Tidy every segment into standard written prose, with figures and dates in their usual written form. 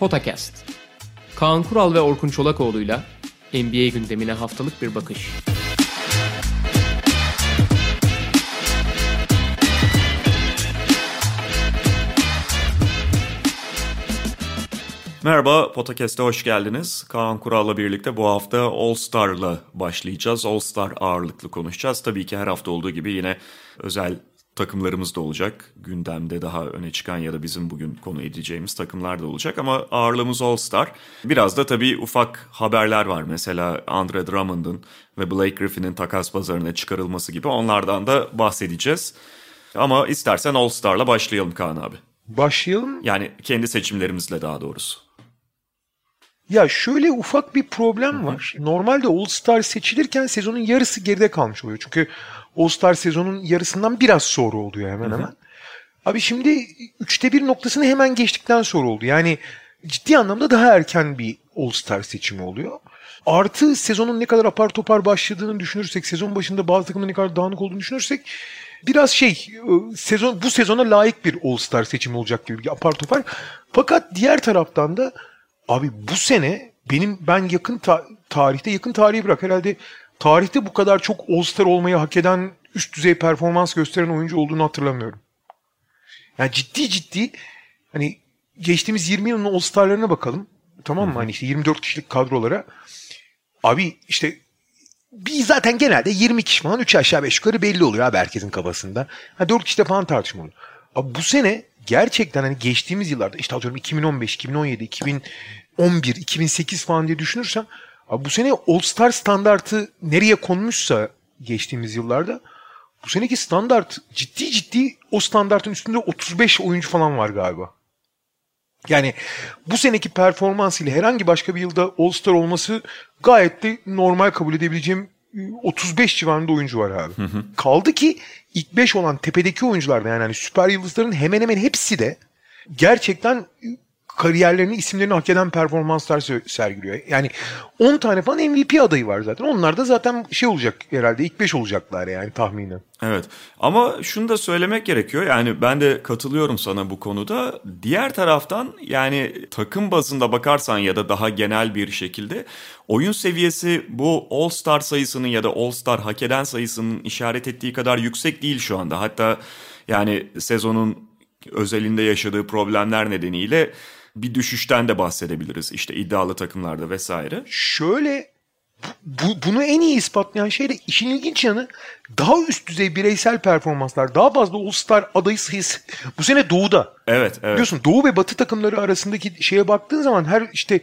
Potakast. Kaan Kural ve Orkun Çolakoğlu'yla NBA gündemine haftalık bir bakış. Merhaba, Potakast'a hoş geldiniz. Kaan Kural'la birlikte bu hafta All Star'la başlayacağız. All Star ağırlıklı konuşacağız. Tabii ki her hafta olduğu gibi yine özel takımlarımız da olacak. Gündemde daha öne çıkan ya da bizim bugün konu edeceğimiz takımlar da olacak. Ama ağırlığımız All Star. Biraz da tabii ufak haberler var. Mesela Andre Drummond'un ve Blake Griffin'in takas pazarına çıkarılması gibi, onlardan da bahsedeceğiz. Ama istersen All Star'la başlayalım Kaan abi. Başlayalım. Yani kendi seçimlerimizle daha doğrusu. Ya şöyle ufak bir problem var. Normalde All Star seçilirken sezonun yarısı geride kalmış oluyor. Çünkü All Star sezonun yarısından biraz sonra oluyor hemen hemen. Abi şimdi 1/3 noktasını hemen geçtikten sonra oldu. Yani ciddi anlamda daha erken bir All Star seçimi oluyor. Artı sezonun ne kadar apar topar başladığını düşünürsek, sezon başında bazı takımların ne kadar dağınık olduğunu düşünürsek biraz bu sezona layık bir All Star seçimi olacak gibi apar topar. Fakat diğer taraftan da abi bu sene ben yakın tarihi bırak herhalde tarihte bu kadar çok All-Star olmayı hak eden üst düzey performans gösteren oyuncu olduğunu hatırlamıyorum. Yani ciddi hani geçtiğimiz 20 yılın All-Star'larına bakalım. Tamam mı? Hani işte 24 kişilik kadrolara. Abi işte zaten genelde 20 kişi falan 3 aşağı 5 yukarı belli oluyor abi herkesin kafasında. 4 kişi de falan tartışmalı. Abi bu sene gerçekten hani geçtiğimiz yıllarda işte atıyorum 2015, 2017, 2011, 2008 falan diye düşünürsem abi bu sene All-Star standartı nereye konmuşsa geçtiğimiz yıllarda bu seneki standart ciddi o standartın üstünde 35 oyuncu falan var galiba. Yani bu seneki performans ile herhangi başka bir yılda All-Star olması gayet de normal kabul edebileceğim 35 civarında oyuncu var abi. Kaldı ki ilk 5 olan tepedeki oyuncularda yani hani süper yıldızların hemen hemen hepsi de gerçekten kariyerlerini, isimlerini hak eden performanslar sergiliyor. Yani 10 tane falan MVP adayı var zaten. Onlar da zaten olacak herhalde ilk 5 olacaklar yani tahminen. Evet ama şunu da söylemek gerekiyor, yani ben de katılıyorum sana bu konuda. Diğer taraftan yani takım bazında bakarsan ya da daha genel bir şekilde oyun seviyesi bu All Star sayısının ya da All Star hak eden sayısının işaret ettiği kadar yüksek değil şu anda. Hatta yani sezonun özelinde yaşadığı problemler nedeniyle bir düşüşten de bahsedebiliriz. İşte iddialı takımlarda vesaire. Şöyle bunu en iyi ispatlayan şey de işin ilginç yanı daha üst düzey bireysel performanslar, daha fazla All-Star adayı sayısı bu sene Doğu'da. Evet. Biliyorsun Doğu ve Batı takımları arasındaki şeye baktığın zaman her işte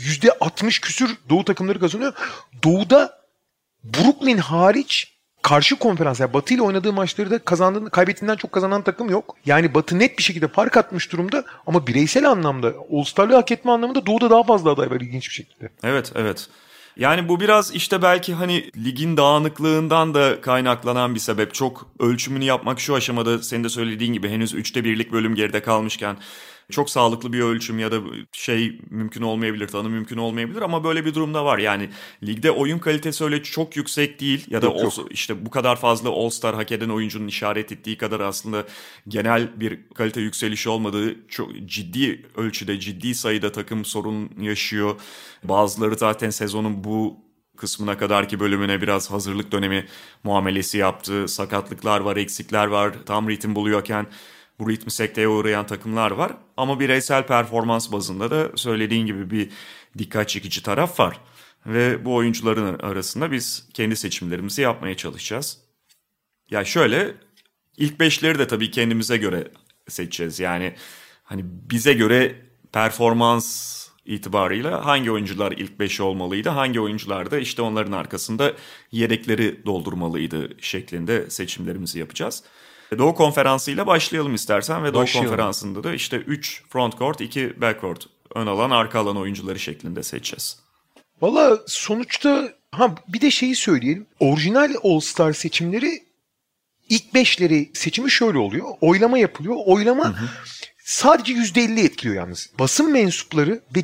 %60 küsür Doğu takımları kazanıyor. Doğu'da Brooklyn hariç karşı konferans yani Batı ile oynadığı maçları da kaybettiğinden çok kazanan takım yok. Yani Batı net bir şekilde fark atmış durumda ama bireysel anlamda All-Star'lığı hak etme anlamında Doğu'da daha fazla aday var ilginç bir şekilde. Evet. Yani bu biraz işte belki hani ligin dağınıklığından da kaynaklanan bir sebep. Çok ölçümünü yapmak şu aşamada senin de söylediğin gibi henüz 1/3'lik bölüm geride kalmışken çok sağlıklı bir ölçüm ya da mümkün olmayabilir, tanım mümkün olmayabilir ama böyle bir durumda var. Yani ligde oyun kalitesi öyle çok yüksek değil ya da işte bu kadar fazla All-Star hak eden oyuncunun işaret ettiği kadar aslında genel bir kalite yükselişi olmadığı, çok ciddi ölçüde, ciddi sayıda takım sorun yaşıyor. Bazıları zaten sezonun bu kısmına kadarki bölümüne biraz hazırlık dönemi muamelesi yaptı. Sakatlıklar var, eksikler var. Tam ritim buluyorken bu ritmi sekteye uğrayan takımlar var. Ama bireysel performans bazında da söylediğin gibi bir dikkat çekici taraf var. Ve bu oyuncuların arasında biz kendi seçimlerimizi yapmaya çalışacağız. Ya şöyle, ilk 5'leri de tabii kendimize göre seçeceğiz. Yani hani bize göre performans itibarıyla hangi oyuncular ilk 5 olmalıydı, hangi oyuncular da işte onların arkasında yedekleri doldurmalıydı şeklinde seçimlerimizi yapacağız. Doğu Konferansı'yla başlayalım istersen ve Doğu Konferansı'nda da işte 3 frontcourt, 2 backcourt, ön alan, arka alan oyuncuları şeklinde seçeceğiz. Valla sonuçta bir de söyleyelim. Orijinal All-Star seçimleri ilk 5'leri seçimi şöyle oluyor. Oylama yapılıyor. Oylama sadece %50 etkiliyor yalnız. Basın mensupları ve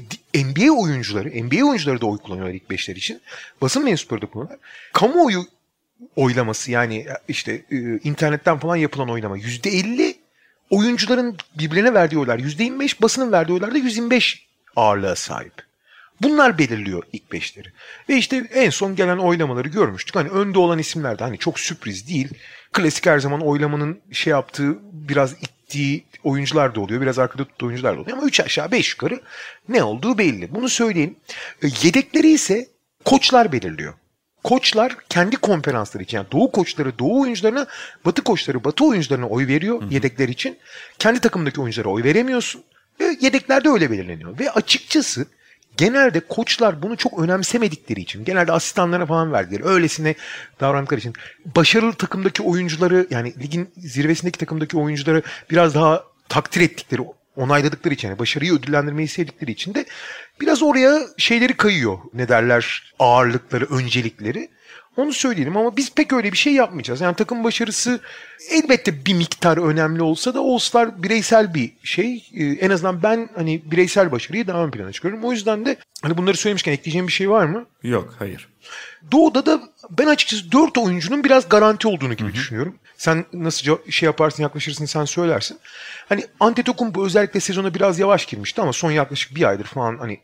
NBA oyuncuları da oy kullanıyorlar ilk 5'ler için. Basın mensupları da kullanıyorlar. Kamuoyu oylaması yani işte internetten falan yapılan oylama %50 oyuncuların birbirine verdiği oylar %25, basının verdiği oylar da %25 ağırlığa sahip. Bunlar belirliyor ilk beşleri. Ve işte en son gelen oylamaları görmüştük. Hani önde olan isimler de hani çok sürpriz değil. Klasik her zaman oylamanın şey yaptığı, biraz ittiği oyuncular da oluyor. Biraz arkada tuttuğu oyuncular da oluyor. Ama 3 aşağı 5 yukarı ne olduğu belli. Bunu söyleyelim. Yedekleri ise koçlar belirliyor. Koçlar kendi konferansları için, yani Doğu koçları Doğu oyuncularına, Batı koçları Batı oyuncularına oy veriyor yedekler için. Kendi takımdaki oyunculara oy veremiyorsun. Yedekler de öyle belirleniyor. Ve açıkçası genelde koçlar bunu çok önemsemedikleri için, genelde asistanlara falan verdikleri, öylesine davrandıkları için başarılı takımdaki oyuncuları, yani ligin zirvesindeki takımdaki oyuncuları biraz daha takdir ettikleri, onayladıkları için, yani başarıyı ödüllendirmeyi sevdikleri için de biraz oraya şeyleri kayıyor. Ne derler? Ağırlıkları, öncelikleri. Onu söyleyelim ama biz pek öyle bir şey yapmayacağız. Yani takım başarısı elbette bir miktar önemli olsa da All-Star bireysel bir şey. En azından ben hani bireysel başarıyı daha ön plana çıkarıyorum. O yüzden de hani bunları söylemişken ekleyeceğim bir şey var mı? Yok, hayır. Doğu'da da ben açıkçası 4 oyuncunun biraz garanti olduğunu gibi düşünüyorum. Sen nasıl şey yaparsın, yaklaşırsın, sen söylersin. Hani Antetokounmpo özellikle sezona biraz yavaş girmişti ama son yaklaşık bir aydır falan hani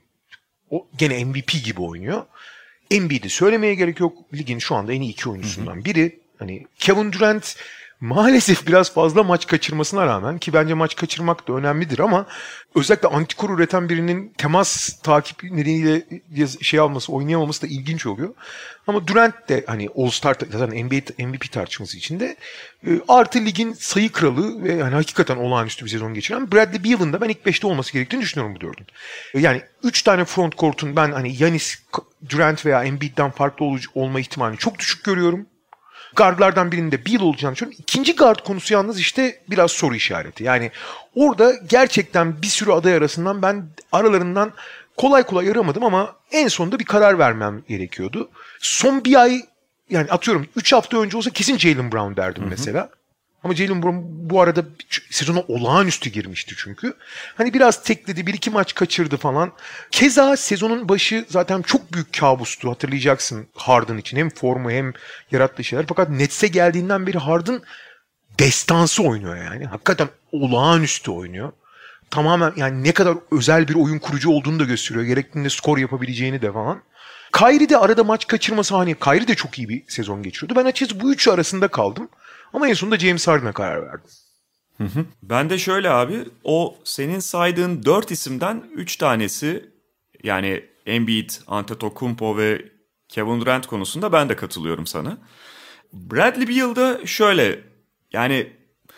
o gene MVP gibi oynuyor. Embiid'i söylemeye gerek yok. Ligin şu anda en iyi 2 oyuncusundan biri. Hani Kevin Durant maalesef biraz fazla maç kaçırmasına rağmen, ki bence maç kaçırmak da önemlidir ama özellikle antikor üreten birinin temas takip nedeniyle şey alması, oynayamaması da ilginç oluyor. Ama Durant de hani All-Star, zaten NBA MVP tartışması içinde artı ligin sayı kralı ve yani hakikaten olağanüstü bir sezon geçiren Bradley Beal'ın da ben ilk 5'te olması gerektiğini düşünüyorum bu 4'ün. Yani 3 tane front court'un ben hani Giannis, Durant veya Embiid'den farklı olma ihtimalini çok düşük görüyorum. Guardlardan birinde Beal olacağını düşünüyorum. İkinci guard konusu yalnız işte biraz soru işareti. Yani orada gerçekten bir sürü aday arasından ben aralarından kolay kolay aramadım ama en sonunda bir karar vermem gerekiyordu. Son bir ay, yani atıyorum 3 hafta önce olsa kesin Jaylen Brown derdim mesela. Ama Jaylen Brown bu arada sezona olağanüstü girmişti çünkü. Hani biraz tekledi, 1-2 maç kaçırdı falan. Keza sezonun başı zaten çok büyük kabustu, hatırlayacaksın Harden için. Hem formu hem yarattığı şeyler. Fakat Nets'e geldiğinden beri Harden destansı oynuyor yani. Hakikaten olağanüstü oynuyor. Tamamen yani ne kadar özel bir oyun kurucu olduğunu da gösteriyor. Gerektiğinde skor yapabileceğini de falan. Kyrie de arada maç kaçırması, hani Kyrie de çok iyi bir sezon geçiriyordu. Ben açıkçası bu üçü arasında kaldım. Ama en sonunda James Harden'a karar verdim. Ben de şöyle abi, o senin saydığın 4 isimden 3 tanesi, yani Embiid, Antetokounmpo ve Kevin Durant konusunda ben de katılıyorum sana. Bradley Beal'da şöyle, yani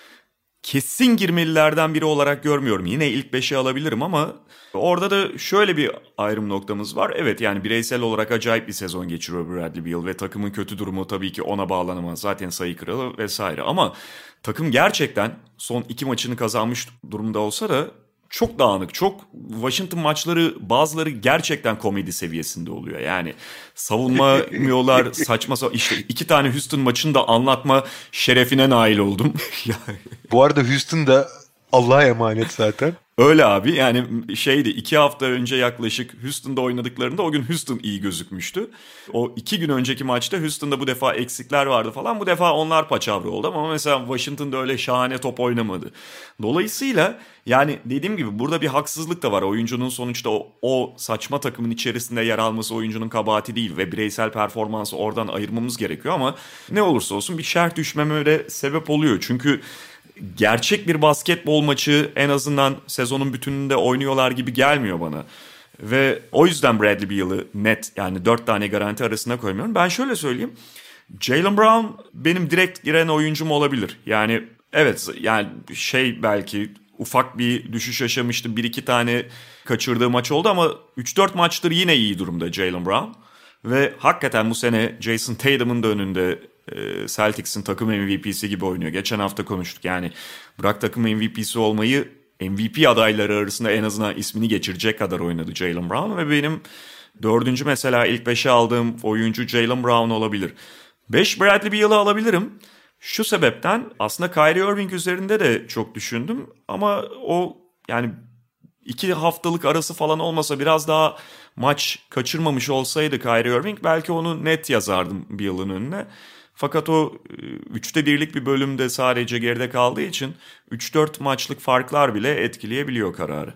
kesin girmelilerden biri olarak görmüyorum. Yine ilk 5'e alabilirim ama orada da şöyle bir ayrım noktamız var. Evet, yani bireysel olarak acayip bir sezon geçiriyor Bradley Beal ve takımın kötü durumu tabii ki ona bağlanamaz. Zaten sayı kralı vesaire ama takım gerçekten son 2 maçını kazanmış durumda olsa da çok dağınık, çok Washington maçları bazıları gerçekten komedi seviyesinde oluyor. Yani savunmuyorlar, saçma işte 2 tane Houston maçını da anlatma şerefine nail oldum. Bu arada Houston da Allah'a emanet zaten. Öyle abi, yani şeydi, 2 hafta önce yaklaşık Houston'da oynadıklarında o gün Houston iyi gözükmüştü. O 2 gün önceki maçta Houston'da bu defa eksikler vardı falan, bu defa onlar paçavra oldu ama mesela Washington'da öyle şahane top oynamadı. Dolayısıyla yani dediğim gibi burada bir haksızlık da var. Oyuncunun sonuçta o saçma takımın içerisinde yer alması oyuncunun kabahati değil ve bireysel performansı oradan ayırmamız gerekiyor ama ne olursa olsun bir şerh düşmeme de sebep oluyor. Çünkü gerçek bir basketbol maçı en azından sezonun bütününde oynuyorlar gibi gelmiyor bana. Ve o yüzden Bradley Beal'ı net, yani 4 tane garanti arasına koymuyorum. Ben şöyle söyleyeyim. Jaylen Brown benim direkt giren oyuncum olabilir. Yani evet, yani belki ufak bir düşüş yaşamıştı. 1-2 tane kaçırdığı maç oldu ama 3-4 maçtır yine iyi durumda Jaylen Brown. Ve hakikaten bu sene Jason Tatum'un da önünde Celtics'in takım MVP'si gibi oynuyor. Geçen hafta konuştuk, yani bırak takım MVP'si olmayı, MVP adayları arasında en azından ismini geçirecek kadar oynadı Jaylen Brown ve benim 4. mesela ilk 5'e aldığım oyuncu Jaylen Brown olabilir. 5 Bradley Beal'ı alabilirim. Şu sebepten aslında Kyrie Irving üzerinde de çok düşündüm ama o yani 2 haftalık arası falan olmasa, biraz daha maç kaçırmamış olsaydı Kyrie Irving belki onu net yazardım Beal'ın önüne. Fakat o 3'te 1'lik bir bölümde sadece geride kaldığı için 3-4 maçlık farklar bile etkileyebiliyor kararı.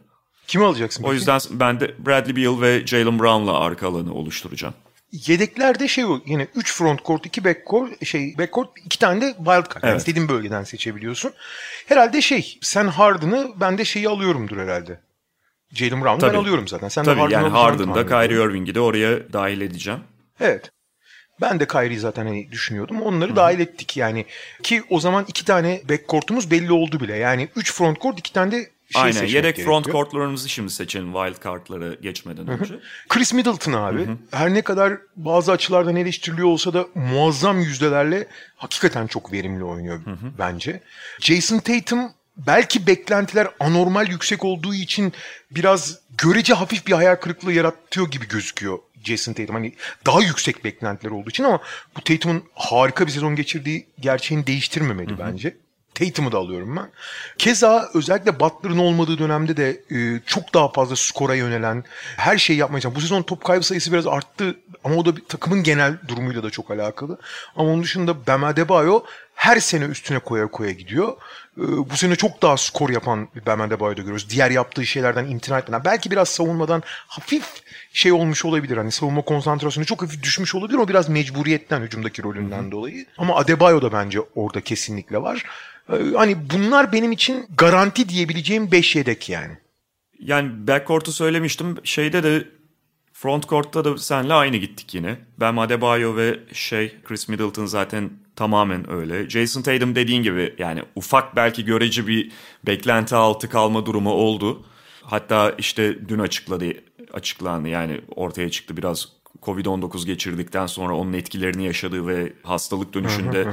Kimi alacaksın peki? O yüzden ben de Bradley Beal ve Jaylen Brown'la arka alanı oluşturacağım. Yedeklerde yine 3 frontcourt, 2 backcourt, 2 tane de wildcard. Evet. Yani istediğin bölgeden seçebiliyorsun. Herhalde sen Harden'ı, ben de alıyorumdur herhalde. Jaylen Brown'u ben alıyorum zaten. Sen tabii de yani Harden'da Kyrie Irving'i de oraya dahil edeceğim. Evet. Ben de Kyrie'yi zaten düşünüyordum. Onları dahil ettik yani. Ki o zaman 2 tane backcourt'umuz belli oldu bile. Yani 3 frontcourt, 2 tane de aynen, yedek frontcourt'larımızı şimdi seçelim wildcard'lara geçmeden önce. Chris Middleton abi. Her ne kadar bazı açılardan eleştiriliyor olsa da muazzam yüzdelerle hakikaten çok verimli oynuyor bence. Jason Tatum belki beklentiler anormal yüksek olduğu için biraz görece hafif bir hayal kırıklığı yaratıyor gibi gözüküyor Jason Tatum. Hani daha yüksek beklentiler olduğu için, ama bu Tatum'un harika bir sezon geçirdiği gerçeğini değiştirmemeli bence. Tatum'u da alıyorum ben. Keza özellikle Butler'ın olmadığı dönemde de çok daha fazla skora yönelen, her şeyi yapmaya çalışan. Bu sezon top kaybı sayısı biraz arttı ama o da takımın genel durumuyla da çok alakalı. Ama onun dışında Bam Adebayo her sene üstüne koya koya gidiyor. Bu sene çok daha skor yapan bir Bam Adebayo'da görüyoruz. Diğer yaptığı şeylerden imtina etmeden. Belki biraz savunmadan hafif olmuş olabilir. Hani savunma konsantrasyonu çok hafif düşmüş olabilir. O biraz mecburiyetten, hücumdaki rolünden dolayı. Ama Adebayo da bence orada kesinlikle var. Hani bunlar benim için garanti diyebileceğim 5 yedek yani. Yani backcourt'u söylemiştim. De frontcourt'ta da seninle aynı gittik yine. Bam Adebayo ve Chris Middleton zaten tamamen öyle. Jason Tatum dediğin gibi yani ufak belki görece bir beklenti altı kalma durumu oldu. Hatta dün açıklandı yani ortaya çıktı, biraz Covid-19 geçirdikten sonra onun etkilerini yaşadığı ve hastalık dönüşünde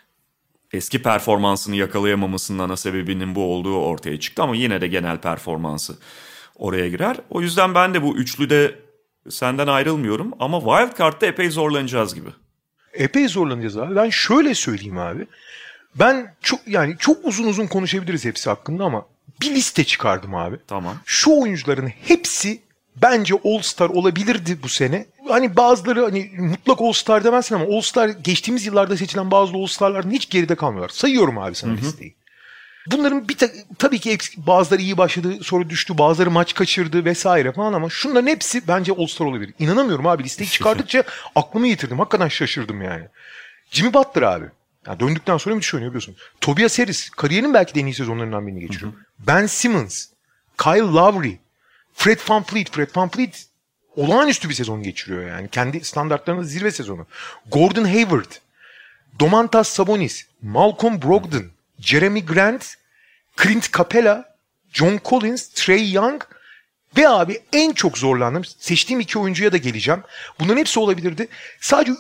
eski performansını yakalayamamasının ana sebebinin bu olduğu ortaya çıktı, ama yine de genel performansı oraya girer. O yüzden ben de bu üçlüde senden ayrılmıyorum, ama wildcard'da epey zorlanacağız gibi. Epey zorlanacağız abi. Ben şöyle söyleyeyim abi. Ben çok uzun konuşabiliriz hepsi hakkında, ama bir liste çıkardım abi. Tamam. Şu oyuncuların hepsi bence All-Star olabilirdi bu sene. Hani bazıları mutlak All-Star demezsin, ama All-Star geçtiğimiz yıllarda seçilen bazı All-Star'lardan hiç geride kalmıyorlar. Sayıyorum abi sana listeyi. Bunların tabii ki bazıları iyi başladı, sonra düştü, bazıları maç kaçırdı vesaire falan, ama şunların hepsi bence All-Star olabilir. İnanamıyorum abi, listeyi çıkardıkça aklımı yitirdim. Hakikaten şaşırdım yani. Jimmy Butler abi. Yani döndükten sonra müthiş oynuyor biliyorsun. Tobias Harris kariyerinin belki de en iyi sezonlarından birini geçiriyor. Ben Simmons, Kyle Lowry, Fred VanVleet olağanüstü bir sezon geçiriyor yani. Kendi standartlarının zirve sezonu. Gordon Hayward, Domantas Sabonis, Malcolm Brogdon, Jeremy Grant, Clint Capela, John Collins, Trae Young ve abi en çok zorlandığım, seçtiğim 2 oyuncuya da geleceğim. Bunların hepsi olabilirdi. Sadece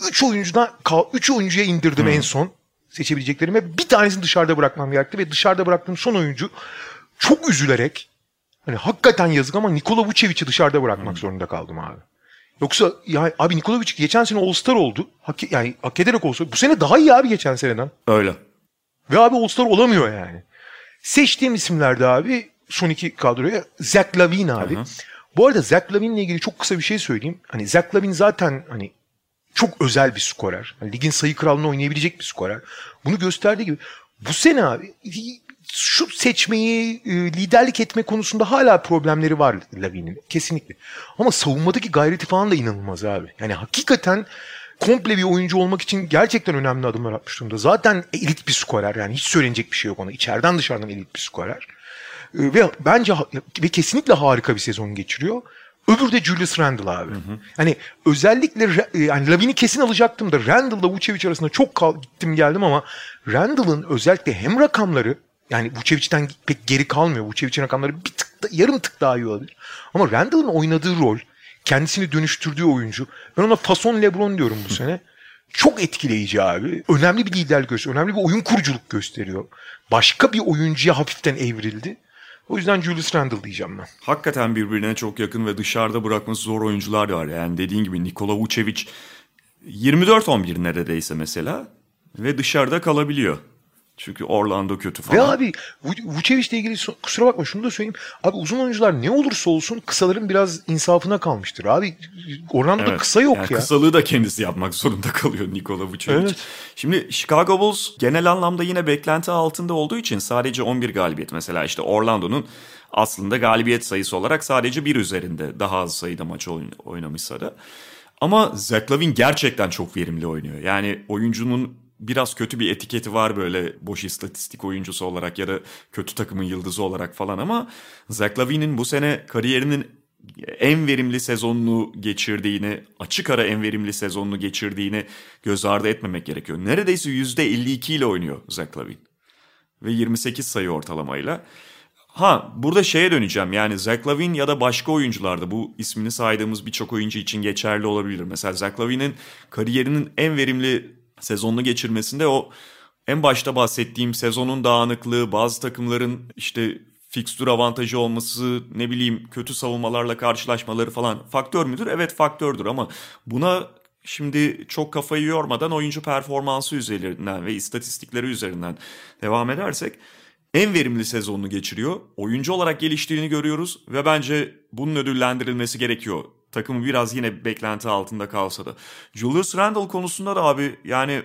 3 oyuncuya indirdim en son seçebileceklerime. Bir tanesini dışarıda bırakmam gerekti ve dışarıda bıraktığım son oyuncu çok üzülerek, hani hakikaten yazık ama, Nikola Vucevic'i dışarıda bırakmak zorunda kaldım abi. Yoksa ya abi, Nikola Vucevic geçen sene All-Star oldu. Hak ederek olsa. Bu sene daha iyi abi geçen seneden. Öyle. Ve abi All-Star olamıyor yani. Seçtiğim isimlerde abi son 2 kadroya Zach LaVine abi. Bu arada Zach LaVine'le ilgili çok kısa bir şey söyleyeyim. Hani Zach LaVine zaten çok özel bir skorer. Yani ligin sayı kralını oynayabilecek bir skorer. Bunu gösterdiği gibi bu sene abi şut seçmeyi, liderlik etme konusunda hala problemleri var LaVine'in. Kesinlikle. Ama savunmadaki gayreti falan da inanılmaz abi. Yani hakikaten komple bir oyuncu olmak için gerçekten önemli adımlar atmış durumda. Zaten elit bir skorer, yani hiç söylenecek bir şey yok ona. İçeriden dışarıdan elit bir skorer. Ve bence kesinlikle harika bir sezon geçiriyor. Öbürü de Julius Randle abi. Hani özellikle LaVine'i kesin alacaktım da Randle'la Vucevic arasında çok gittim geldim, ama Randle'ın özellikle hem rakamları, yani Vucevic'ten pek geri kalmıyor. Vucevic'in rakamları yarım tık daha iyi olabilir. Ama Randle'ın oynadığı rol, kendisini dönüştürdüğü oyuncu. Ben ona fason LeBron diyorum bu sene. Çok etkileyici abi. Önemli bir liderlik gösteriyor. Önemli bir oyun kuruculuk gösteriyor. Başka bir oyuncuya hafiften evrildi. O yüzden Julius Randle diyeceğim ben. Hakikaten birbirine çok yakın ve dışarıda bırakması zor oyuncular var. Yani dediğin gibi Nikola Vucevic 24-11 neredeyse mesela ve dışarıda kalabiliyor. Çünkü Orlando kötü falan. Ve abi Vucevic'le ilgili kusura bakma şunu da söyleyeyim. Abi uzun oyuncular ne olursa olsun kısaların biraz insafına kalmıştır. Abi Orlando'da kısa yok yani ya. Kısalığı da kendisi yapmak zorunda kalıyor Nikola Vucevic. Evet. Şimdi Chicago Bulls genel anlamda yine beklenti altında olduğu için sadece 11 galibiyet. Mesela işte Orlando'nun aslında galibiyet sayısı olarak sadece 1 üzerinde, daha az sayıda maç oynamışsa da. Ama Zach LaVine gerçekten çok verimli oynuyor. Yani oyuncunun biraz kötü bir etiketi var böyle boş istatistik oyuncusu olarak ya da kötü takımın yıldızı olarak falan, ama Zach LaVine'in bu sene kariyerinin en verimli sezonunu geçirdiğini, açık ara en verimli sezonunu geçirdiğini göz ardı etmemek gerekiyor. Neredeyse %52 ile oynuyor Zach LaVine ve 28 sayı ortalamayla. Burada şeye döneceğim, yani Zach LaVine ya da başka oyuncularda bu ismini saydığımız birçok oyuncu için geçerli olabilir. Mesela Zach LaVine'in kariyerinin en verimli sezonunu geçirmesinde o en başta bahsettiğim sezonun dağınıklığı, bazı takımların işte fikstür avantajı olması, ne bileyim kötü savunmalarla karşılaşmaları falan faktör müdür? Evet faktördür, ama buna şimdi çok kafayı yormadan oyuncu performansı üzerinden ve istatistikleri üzerinden devam edersek en verimli sezonunu geçiriyor. Oyuncu olarak geliştiğini görüyoruz ve bence bunun ödüllendirilmesi gerekiyor. Takımı biraz yine beklenti altında kalsa da. Julius Randle konusunda da abi yani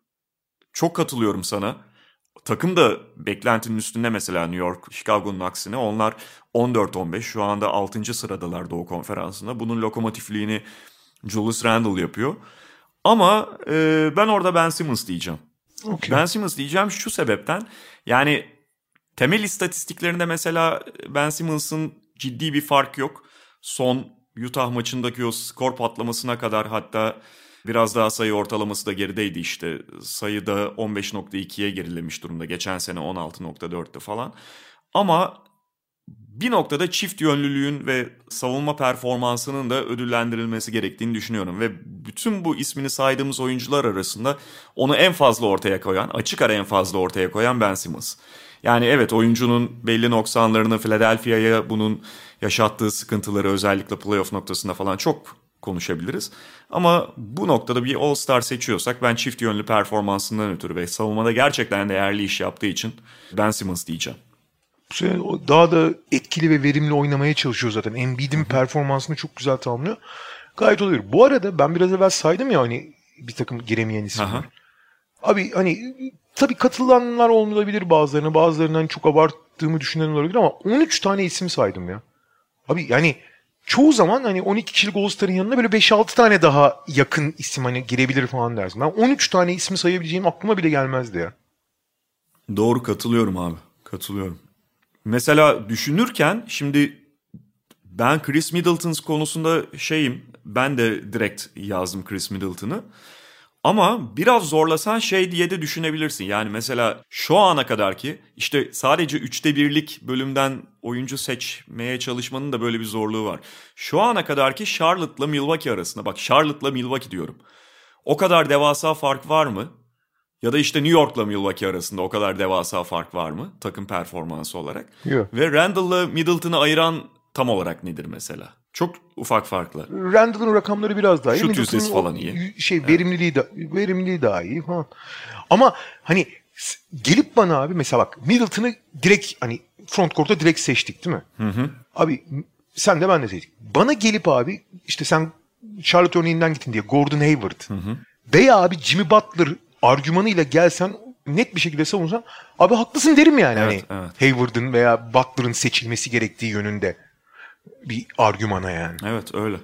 çok katılıyorum sana. Takım da beklentinin üstünde mesela New York, Chicago'nun aksine. Onlar 14-15 şu anda 6. sıradalar Doğu Konferansı'nda. Bunun lokomotifliğini Julius Randle yapıyor. Ama ben orada Ben Simmons diyeceğim. Okay. Ben Simmons diyeceğim şu sebepten. Yani temel istatistiklerinde mesela Ben Simmons'ın ciddi bir fark yok. Son Utah maçındaki o skor patlamasına kadar, hatta biraz daha sayı ortalaması da gerideydi işte. Sayıda 15.2'ye gerilemiş durumda. Geçen sene 16.4'tü falan. Ama bir noktada çift yönlülüğün ve savunma performansının da ödüllendirilmesi gerektiğini düşünüyorum. Ve bütün bu ismini saydığımız oyuncular arasında onu en fazla ortaya koyan, açık ara en fazla ortaya koyan Ben Simmons. Yani evet, oyuncunun belli noksanlarını, Philadelphia'ya bunun yaşattığı sıkıntıları özellikle playoff noktasında falan çok konuşabiliriz. Ama bu noktada bir All-Star seçiyorsak ben çift yönlü performansından ötürü ve savunmada gerçekten değerli iş yaptığı için Ben Simmons diyeceğim. Bu sene daha da etkili ve verimli oynamaya çalışıyor zaten. Embiid'in performansını çok güzel tamamlıyor. Gayet oluyor. Bu arada ben biraz evvel saydım ya hani bir takım giremeyen isimler. Abi hani tabii katılanlar olabilir bazılarına. Bazılarından çok abarttığımı düşünen olabilir ama 13 tane isim saydım ya. Abi yani çoğu zaman hani 12 kişilik All-Star'ın yanına böyle 5-6 tane daha yakın isim hani girebilir falan dersin. Ben 13 tane ismi sayabileceğim aklıma bile gelmezdi ya. Doğru, katılıyorum abi. Katılıyorum. Mesela düşünürken şimdi ben Chris Middleton konusunda ben de direkt yazdım Chris Middleton'ı. Ama biraz zorlasan diye de düşünebilirsin. Yani mesela şu ana kadar ki işte sadece 1/3'lik bölümden oyuncu seçmeye çalışmanın da böyle bir zorluğu var. Şu ana kadar ki Charlotte'la Milwaukee arasında, bak Charlotte'la Milwaukee diyorum. O kadar devasa fark var mı? Ya da işte New York'la Milwaukee arasında o kadar devasa fark var mı takım performansı olarak? Yok. Ve Randle'la Middleton'ı ayıran tam olarak nedir mesela? Çok ufak farklar. Randle'ın rakamları biraz daha iyi. Şut yüzdesi falan iyi. Verimliliği daha iyi falan. Ama hani gelip bana abi mesela bak Middleton'ı direkt hani front court'a direkt seçtik değil mi? Hı. Abi sen de ben de seçtik. Bana gelip abi işte sen Charlotte örneğinden gittin diye Gordon Hayward veya abi Jimmy Butler argümanıyla gelsen net bir şekilde savunsan abi haklısın derim yani. Evet, hani evet. Hayward'ın veya Butler'ın seçilmesi gerektiği yönünde bir argümana yani. Evet, öyle.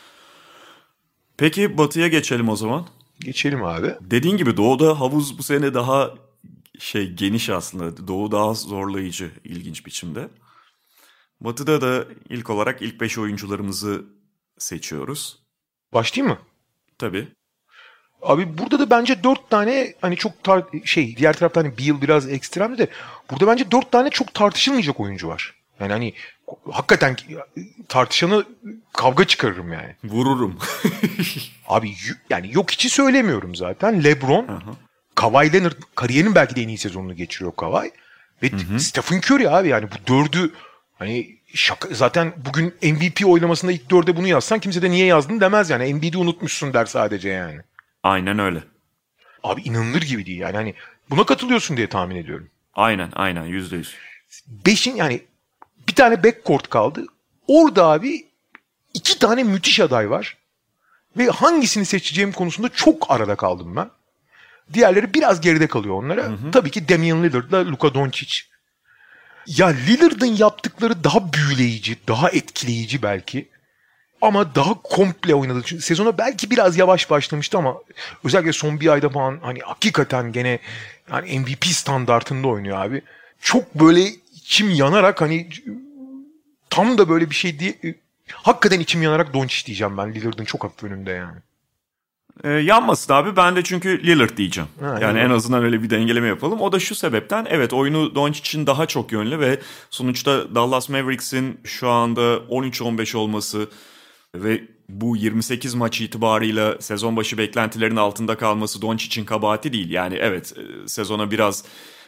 Peki Batı'ya geçelim o zaman. Geçelim abi. Dediğin gibi Doğu'da havuz bu sene daha geniş aslında. Doğu daha zorlayıcı ilginç biçimde. Batı'da da ilk olarak ilk 5 oyuncularımızı seçiyoruz. Başlayayım mı? Tabii. Abi burada da bence 4 tane hani çok diğer taraftan hani Beal biraz ekstremdi de burada bence 4 tane çok tartışılmayacak oyuncu var. Yani hani hakikaten tartışanı kavga çıkarırım yani. Vururum. Abi yani yok içi söylemiyorum zaten. LeBron, Kawhi Leonard kariyerinin belki de en iyi sezonunu geçiriyor Kawhi. Ve Stephen Curry abi yani bu dördü hani zaten bugün MVP oylamasında ilk dörde bunu yazsan kimse de niye yazdın demez yani. Embiid'i unutmuşsun der sadece yani. Aynen öyle. Abi inanılır gibi değil yani hani Buna katılıyorsun diye tahmin ediyorum. Aynen %100. 5'in yani bir tane backcourt kaldı. Orada abi 2 tane müthiş aday var. Ve hangisini seçeceğim konusunda çok arada kaldım ben. Diğerleri biraz geride kalıyor onlara. Tabii ki Damian Lillard'la Luka Doncic. Ya Lillard'ın yaptıkları daha büyüleyici, daha etkileyici belki. Ama daha komple oynadı. Çünkü sezona belki biraz yavaş başlamıştı ama özellikle son bir ayda falan hani hakikaten gene yani MVP standartında oynuyor abi. Çok böyle içim yanarak hani tam da böyle bir şey diye hakikaten içim yanarak Doncic diyeceğim ben. Lillard'ın çok hafif önünde yani. Yanmasın abi, ben de çünkü Lillard diyeceğim. Ha, yani evet. en azından öyle bir dengeleme yapalım. O da şu sebepten, evet, oyunu Doncic'in daha çok yönlü ve sonuçta Dallas Mavericks'in şu anda 13-15 olması ve bu 28 maç itibarıyla sezon başı beklentilerin altında kalması Doncic'in kabahati değil. Yani evet, sezona biraz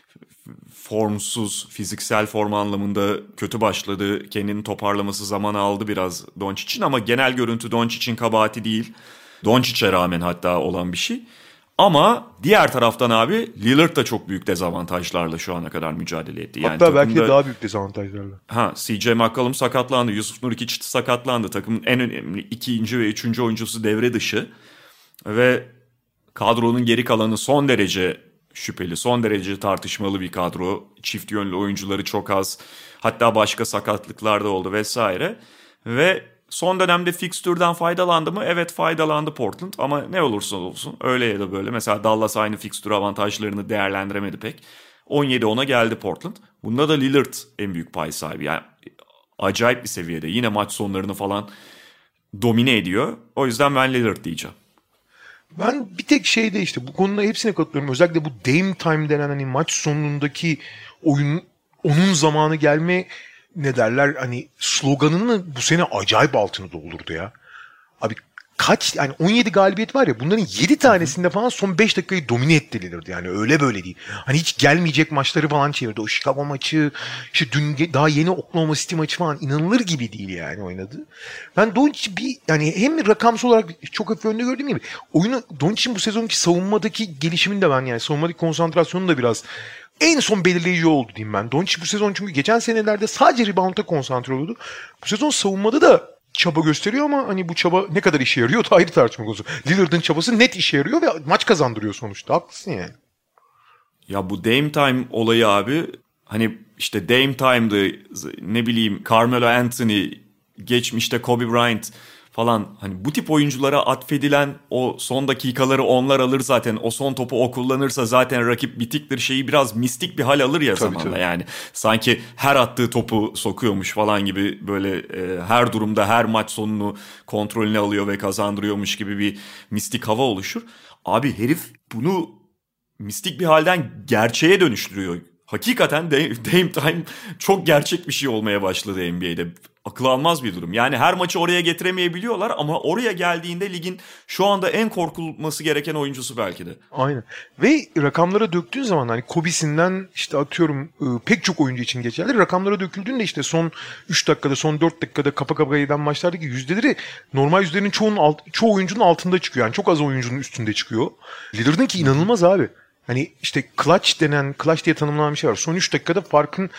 formsuz, fiziksel form anlamında kötü başladı. Kendini toparlaması zaman aldı biraz Doncic'in ama genel görüntü Doncic'in kabahati değil. Doncic'e rağmen hatta olan bir şey. Ama diğer taraftan abi Lillard da çok büyük dezavantajlarla şu ana kadar mücadele etti. Yani hatta belki de takımda, daha büyük dezavantajlarla. CJ McCollum sakatlandı, Yusuf Nurkic sakatlandı. Takımın en önemli 2. ve 3. oyuncusu devre dışı. Ve kadronun geri kalanı son derece şüpheli, son derece tartışmalı bir kadro. Çift yönlü oyuncuları çok az. Hatta başka sakatlıklar da oldu vesaire. Ve son dönemde fikstürden faydalandı mı? Evet, faydalandı Portland ama ne olursa olsun öyle ya da böyle. Mesela Dallas aynı fikstür avantajlarını değerlendiremedi pek. 17-10'a geldi Portland. Bunda da Lillard en büyük pay sahibi. Yani acayip bir seviyede. Yine maç sonlarını falan domine ediyor. O yüzden ben Lillard diyeceğim. Ben bir tek şeyde işte bu konuda hepsine katılıyorum. Özellikle bu Dame Time denen hani maç sonundaki oyun, onun zamanı gelme ne derler hani sloganını bu sene acayip altını doldurdu ya. Abi kaç yani 17 galibiyet var ya, bunların 7 tanesinde falan son 5 dakikayı domine ettirilirdi yani, öyle böyle değil. Hani hiç gelmeyecek maçları falan çevirdi. O Chicago maçı, işte dün daha yeni Oklahoma City maçı falan inanılır gibi değil yani oynadı. Ben Doncic bir yani hem rakamsal olarak çok hafif önde gördüğüm gibi oyunu Doncic'in bu sezonki savunmadaki gelişimini de ben yani savunmadaki konsantrasyonu da biraz en son belirleyici oldu diyeyim ben. Doncic bu sezon çünkü geçen senelerde sadece rebound'a konsantre oluyordu. Bu sezon savunmada da çaba gösteriyor ama hani bu çaba ne kadar işe yarıyor da ayrı tartışma konusu. Lillard'ın çabası net işe yarıyor ve maç kazandırıyor sonuçta. Haklısın yani. Ya bu Dame Time olayı abi, hani işte Dame Time'dı, ne bileyim Carmelo Anthony, geçmişte Kobe Bryant falan, hani bu tip oyunculara atfedilen o son dakikaları onlar alır zaten, o son topu o kullanırsa zaten rakip bitiktir şeyi biraz mistik bir hal alır ya zamanla. Yani sanki her attığı topu sokuyormuş falan gibi, böyle her durumda her maç sonunu kontrolüne alıyor ve kazandırıyormuş gibi bir mistik hava oluşur. Abi herif bunu mistik bir halden gerçeğe dönüştürüyor. Hakikaten Dame Time çok gerçek bir şey olmaya başladı NBA'de. Akıl almaz bir durum. Yani her maçı oraya getiremeyebiliyorlar ama oraya geldiğinde ligin şu anda en korkulması gereken oyuncusu belki de. Aynen. Ve rakamlara döktüğün zaman hani Kobe'sinden işte atıyorum pek çok oyuncu için geçerli. Rakamlara döküldüğünde işte son 3 dakikada, son 4 dakikada kapa kapa giden maçlardaki yüzdeleri normal yüzdelerinin çoğu oyuncunun altında çıkıyor. Yani çok az oyuncunun üstünde çıkıyor. Lillard'ın ki inanılmaz abi. Hani işte clutch diye tanımlanan bir şey var. Son 3 dakikada farkın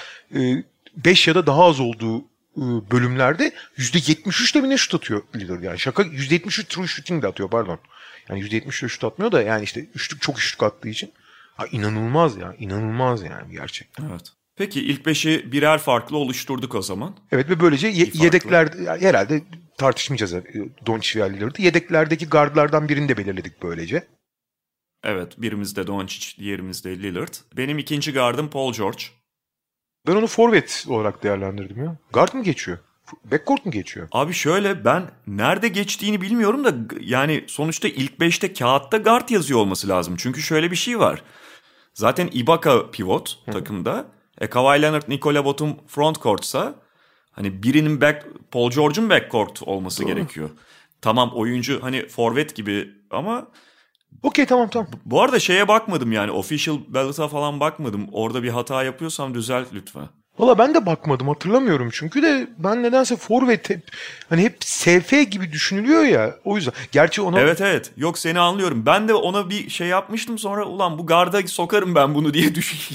5 ya da daha az olduğu bölümlerde %73'le bile şut atıyor Lillard yani. Şaka, %73 true shooting de atıyor, pardon. Yani %73'le şut atmıyor da yani işte çok üçlük attığı için. Ha, inanılmaz ya. İnanılmaz yani gerçekten. Evet. Peki ilk 5'i birer farklı oluşturduk o zaman. Evet ve böylece yedekler yani herhalde tartışmayacağız Doncic ve Lillard'ı. Yedeklerdeki guardlardan birini de belirledik böylece. Evet, birimizde Doncic, diğerimizde Lillard. Benim ikinci gardım Paul George. Ben onu forvet olarak değerlendirdim ya. Guard mı geçiyor? Backcourt mu geçiyor? Abi şöyle, ben nerede geçtiğini bilmiyorum da yani sonuçta ilk 5'te kağıtta guard yazıyor olması lazım. Çünkü şöyle bir şey var. Zaten Ibaka pivot takımda. Kawhi Leonard, Nikola Batum frontcourt'sa hani birinin Paul George'un backcourt olması gerekiyor. Tamam, oyuncu hani forvet gibi ama... Okey, tamam. Bu arada şeye bakmadım yani, official ballot'a falan bakmadım. Orada bir hata yapıyorsam düzelt lütfen. Valla ben de bakmadım, hatırlamıyorum çünkü de ben nedense forvet hep SF gibi düşünülüyor ya, o yüzden. Gerçi ona... Evet. Yok, seni anlıyorum. Ben de ona bir şey yapmıştım, sonra ulan bu garda sokarım ben bunu diye düşün.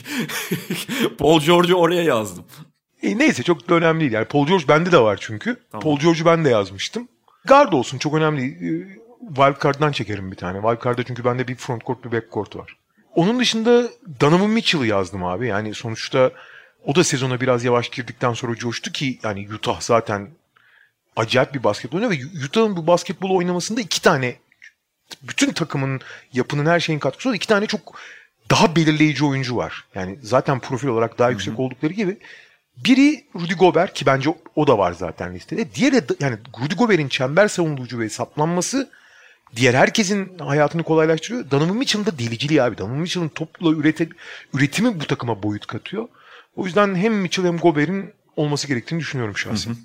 Paul George'u oraya yazdım. Neyse, çok da önemli değil. Yani Paul George bende de var çünkü. Tamam. Paul George'u ben de yazmıştım. Guard olsun, çok önemli değil. Wildcard'dan çekerim bir tane. Wildcard'da çünkü bende bir frontcourt bir backcourt var. Onun dışında Donovan Mitchell'ı yazdım abi. Yani sonuçta o da sezona biraz yavaş girdikten sonra coştu ki yani Utah zaten acayip bir basketbol oynuyor ve Utah'ın bu basketbol oynamasında iki tane, bütün takımın, yapının, her şeyin katkısı olan iki tane çok daha belirleyici oyuncu var. Yani zaten profil olarak daha yüksek oldukları gibi. Biri Rudy Gobert, ki bence o da var zaten listede. Diğeri yani Rudy Gobert'in çember savunucu ve saplanması diğer herkesin hayatını kolaylaştırıyor. Donovan Mitchell'ın da deliciliği abi. Donovan Mitchell'ın topla üretimi bu takıma boyut katıyor. O yüzden hem Mitchell hem Gobert'in olması gerektiğini düşünüyorum şahsen.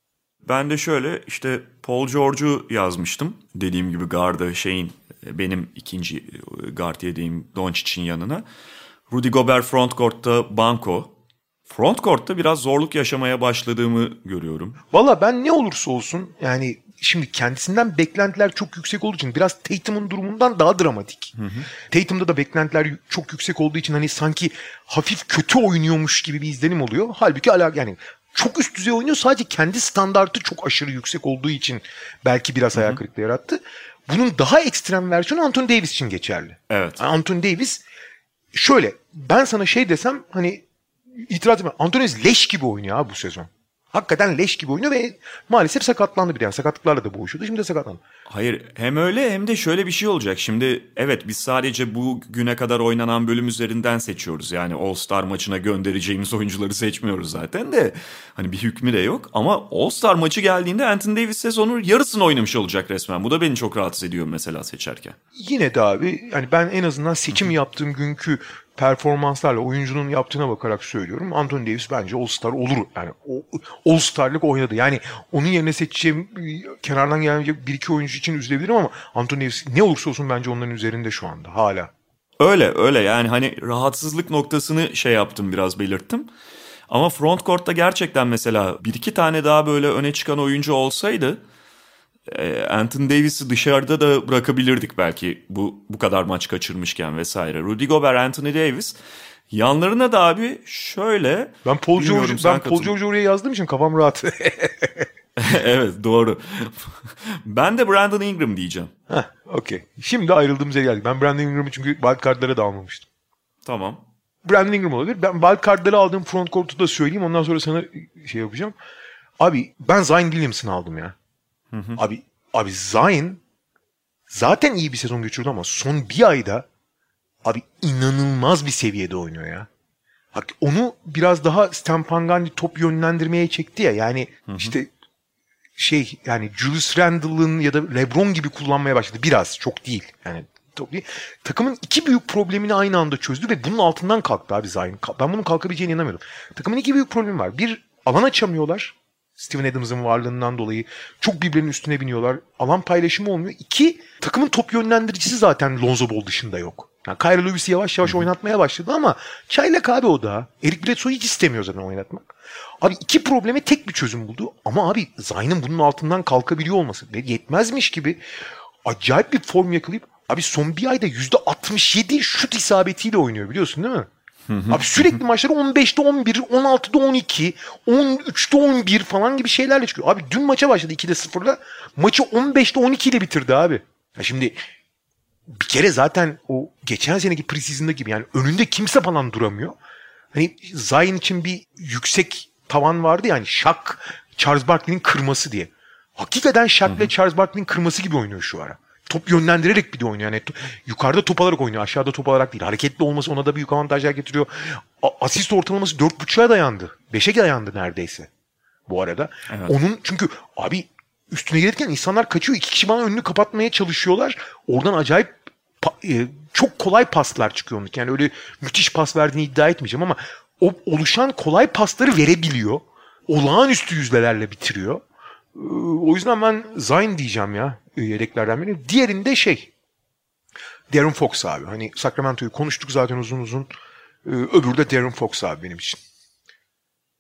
Ben de şöyle işte Paul George'u yazmıştım. Dediğim gibi garda benim ikinci guard yediğim Doncic'in yanına. Rudy Gobert frontcourt'ta banko. Frontcourt'ta biraz zorluk yaşamaya başladığımı görüyorum. Valla ben ne olursa olsun yani şimdi kendisinden beklentiler çok yüksek olduğu için biraz Tatum'un durumundan daha dramatik. Tatum'da da beklentiler çok yüksek olduğu için hani sanki hafif kötü oynuyormuş gibi bir izlenim oluyor. Halbuki yani çok üst düzey oynuyor, sadece kendi standartı çok aşırı yüksek olduğu için belki biraz hayal kırıklığı yarattı. Bunun daha ekstrem versiyonu Anthony Davis için geçerli. Evet. Anthony Davis şöyle, ben sana desem hani itiraz etmem. Anthony Davis leş gibi oynuyor abi bu sezon. Hakikaten leş gibi oynuyor ve maalesef sakatlandı bir de. Yani sakatlıklarla da boğuşuyordu. Şimdi de sakatlandı. Hayır, hem öyle hem de şöyle bir şey olacak. Şimdi evet, biz sadece bu güne kadar oynanan bölüm üzerinden seçiyoruz. Yani All-Star maçına göndereceğimiz oyuncuları seçmiyoruz zaten de. Hani bir hükmü de yok. Ama All-Star maçı geldiğinde Anthony Davis sezonun yarısını oynamış olacak resmen. Bu da beni çok rahatsız ediyor mesela seçerken. Yine de abi yani ben en azından seçim yaptığım günkü performanslarla oyuncunun yaptığına bakarak söylüyorum. Anthony Davis bence All-Star olur. Yani All-Star'lık oynadı. Yani onun yerine seçeceğim, kenardan gelecek bir iki oyuncu için üzülebilirim ama Anthony Davis ne olursa olsun bence onların üzerinde şu anda hala. Öyle yani hani rahatsızlık noktasını yaptım, biraz belirttim. Ama frontcourt'ta gerçekten mesela bir iki tane daha böyle öne çıkan oyuncu olsaydı Anthony Davis'i dışarıda da bırakabilirdik belki bu kadar maç kaçırmışken vesaire. Rudy Gobert, Anthony Davis. Yanlarına da abi şöyle... Ben Paul George'u oraya yazdığım için kafam rahat. Evet, doğru. Ben de Brandon Ingram diyeceğim. Okey. Şimdi ayrıldığımız yere geldik. Ben Brandon Ingram'ı çünkü wildcard'lara da almamıştım. Tamam. Brandon Ingram olabilir. Ben wildcard'lara aldığım frontcourt'u da söyleyeyim. Ondan sonra sana yapacağım. Abi ben Zion Williamson'ı aldım ya. Abi Zion zaten iyi bir sezon geçirdi ama son bir ayda abi inanılmaz bir seviyede oynuyor ya. Bak onu biraz daha Stan Van Gundy top yönlendirmeye çekti ya. Yani işte yani Julius Randle'ın ya da LeBron gibi kullanmaya başladı. Biraz, çok değil. Yani top değil. Takımın iki büyük problemini aynı anda çözdü ve bunun altından kalktı abi Zion. Ben bunun kalkabileceğine inanamıyordum. Takımın iki büyük problemi var. Bir, alan açamıyorlar. Steven Adams'ın varlığından dolayı çok birbirinin üstüne biniyorlar. Alan paylaşımı olmuyor. İki, takımın top yönlendiricisi zaten Lonzo Ball dışında yok. Yani Kyrie Lewis'i yavaş yavaş oynatmaya başladı ama çaylak abi o da. Eric Bledsoe'yu hiç istemiyor zaten oynatmak. Abi iki probleme tek bir çözüm buldu. Ama abi Zion'ın bunun altından kalkabiliyor olması ve yetmezmiş gibi acayip bir form yakalayıp abi son bir ayda %67 şut isabetiyle oynuyor, biliyorsun değil mi? Abi sürekli maçları 15'te 11, 16'da 12, 13'te 11 falan gibi şeylerle çıkıyor. Abi dün maça başladı 2'de 0'la. Maçı 15'te 12 ile bitirdi abi. Ya şimdi bir kere zaten o geçen seneki preseason'da gibi yani önünde kimse falan duramıyor. Hani Zion için bir yüksek tavan vardı yani Shaq, Charles Barkley'nin kırması diye. Hakikaten Shaq ve Charles Barkley'nin kırması gibi oynuyor şu ara. Top yönlendirerek bir de oynuyor. Yani yukarıda top alarak oynuyor. Aşağıda top alarak değil. Hareketli olması ona da büyük avantajlar getiriyor. Asist ortalaması 4.5'a dayandı. 5'e dayandı neredeyse. Bu arada. Evet. Onun çünkü abi üstüne gelirken insanlar kaçıyor. 2 kişi bana önünü kapatmaya çalışıyorlar. Oradan acayip çok kolay paslar çıkıyor onun. Yani öyle müthiş pas verdiğini iddia etmeyeceğim ama o oluşan kolay pasları verebiliyor. Olağanüstü yüzdelerle bitiriyor. O yüzden ben Zion diyeceğim ya yedeklerden biri. Diğerinde De'Aaron Fox abi. Hani Sacramento'yu konuştuk zaten uzun uzun. Öbürü de De'Aaron Fox abi benim için.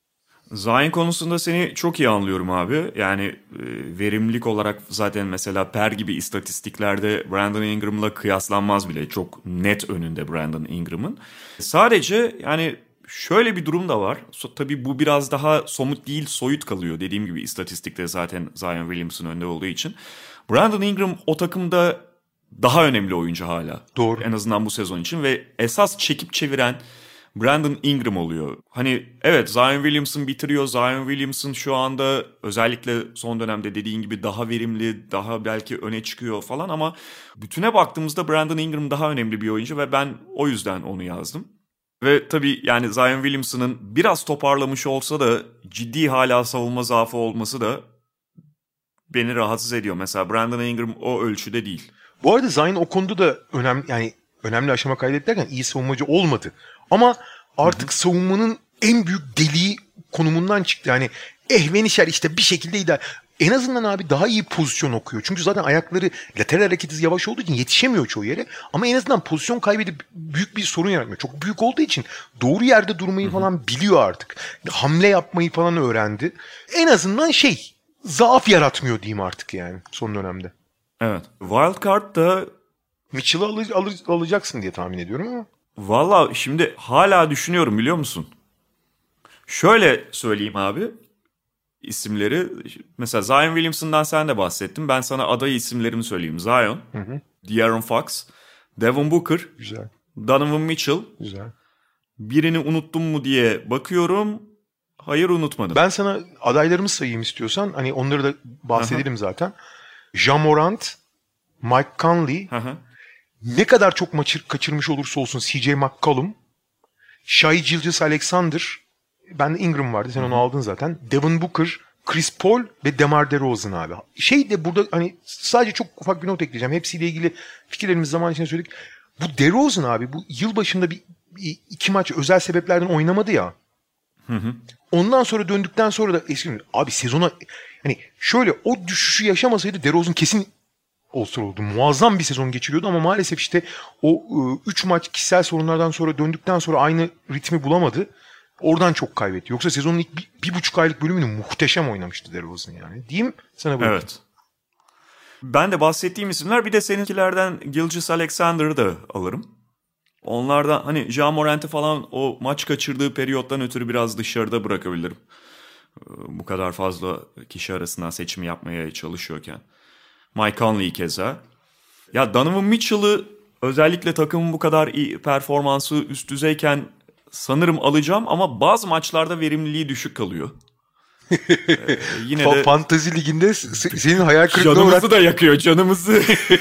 Zion konusunda seni çok iyi anlıyorum abi. Yani verimlilik olarak zaten mesela per gibi istatistiklerde Brandon Ingram'la kıyaslanmaz bile. Çok net önünde Brandon Ingram'ın. Sadece yani şöyle bir durum da var. Tabii bu biraz daha somut değil, soyut kalıyor. Dediğim gibi istatistikte zaten Zion Williamson önde olduğu için. Brandon Ingram o takımda daha önemli oyuncu hala. Doğru. En azından bu sezon için ve esas çekip çeviren Brandon Ingram oluyor. Hani evet, Zion Williamson bitiriyor. Zion Williamson şu anda özellikle son dönemde dediğin gibi daha verimli, daha belki öne çıkıyor falan ama bütüne baktığımızda Brandon Ingram daha önemli bir oyuncu ve ben o yüzden onu yazdım. Ve tabii yani Zion Williamson'ın biraz toparlamış olsa da ciddi hala savunma zaafı olması da beni rahatsız ediyor. Mesela Brandon Ingram o ölçüde değil. Bu arada Zion o konuda da önemli aşama kaydetti derken iyi savunmacı olmadı. Ama artık savunmanın en büyük deliği konumundan çıktı. Yani ehvenişer işte bir şekilde idare. En azından abi daha iyi pozisyon okuyor. Çünkü zaten ayakları lateral hareketi yavaş olduğu için yetişemiyor çoğu yere. Ama en azından pozisyon kaybedip büyük bir sorun yaratmıyor. Çok büyük olduğu için doğru yerde durmayı falan biliyor artık. Hamle yapmayı falan öğrendi. En azından zaaf yaratmıyor diyeyim artık yani son dönemde. Evet. Wildcard da Mitchell'ı alacaksın diye tahmin ediyorum ama. Valla şimdi hala düşünüyorum, biliyor musun? Şöyle söyleyeyim abi isimleri. Mesela Zion Williamson'dan sen de bahsettin. Ben sana aday isimlerimi söyleyeyim. Zion, De'Aaron Fox, Devin Booker, Güzel. Donovan Mitchell. Güzel. Birini unuttum mu diye bakıyorum. Hayır, unutmadım. Ben sana adaylarımı sayayım istiyorsan. Hani onları da bahsedelim zaten. Ja Morant, Mike Conley, ne kadar çok maçı kaçırmış olursa olsun CJ McCollum, Shai Gilgeous-Alexander, bende Ingram vardı, sen onu aldın zaten. Devin Booker, Chris Paul ve DeMar DeRozan abi. De burada hani sadece çok ufak bir not ekleyeceğim. Hepsiyle ilgili fikirlerimizi zaman içinde söyledik. Bu DeRozan abi bu yıl başında bir iki maç özel sebeplerden oynamadı ya. Ondan sonra döndükten sonra da abi sezona hani şöyle o düşüşü yaşamasaydı DeRozan kesin All-Star oldu. Muazzam bir sezon geçiriyordu ama maalesef işte o 3 maç kişisel sorunlardan sonra döndükten sonra aynı ritmi bulamadı. Oradan çok kaybetti. Yoksa sezonun ilk bir buçuk aylık bölümünü muhteşem oynamıştı DeRozan yani. Diyeyim sana bırakayım. Evet. Ben de bahsettiğim isimler, bir de seninkilerden Gilgeous-Alexander'ı da alırım. Onlardan hani Ja Morant'i falan o maç kaçırdığı periyottan ötürü biraz dışarıda bırakabilirim. Bu kadar fazla kişi arasından seçimi yapmaya çalışıyorken. Mike Conley keza. Ya Donovan Mitchell'ı özellikle takımın bu kadar iyi performansı üst düzeyken sanırım alacağım ama bazı maçlarda verimliliği düşük kalıyor. Yine de Fantasy liginde senin hayal kırıklığına canımızı da yakıyor, canımızı.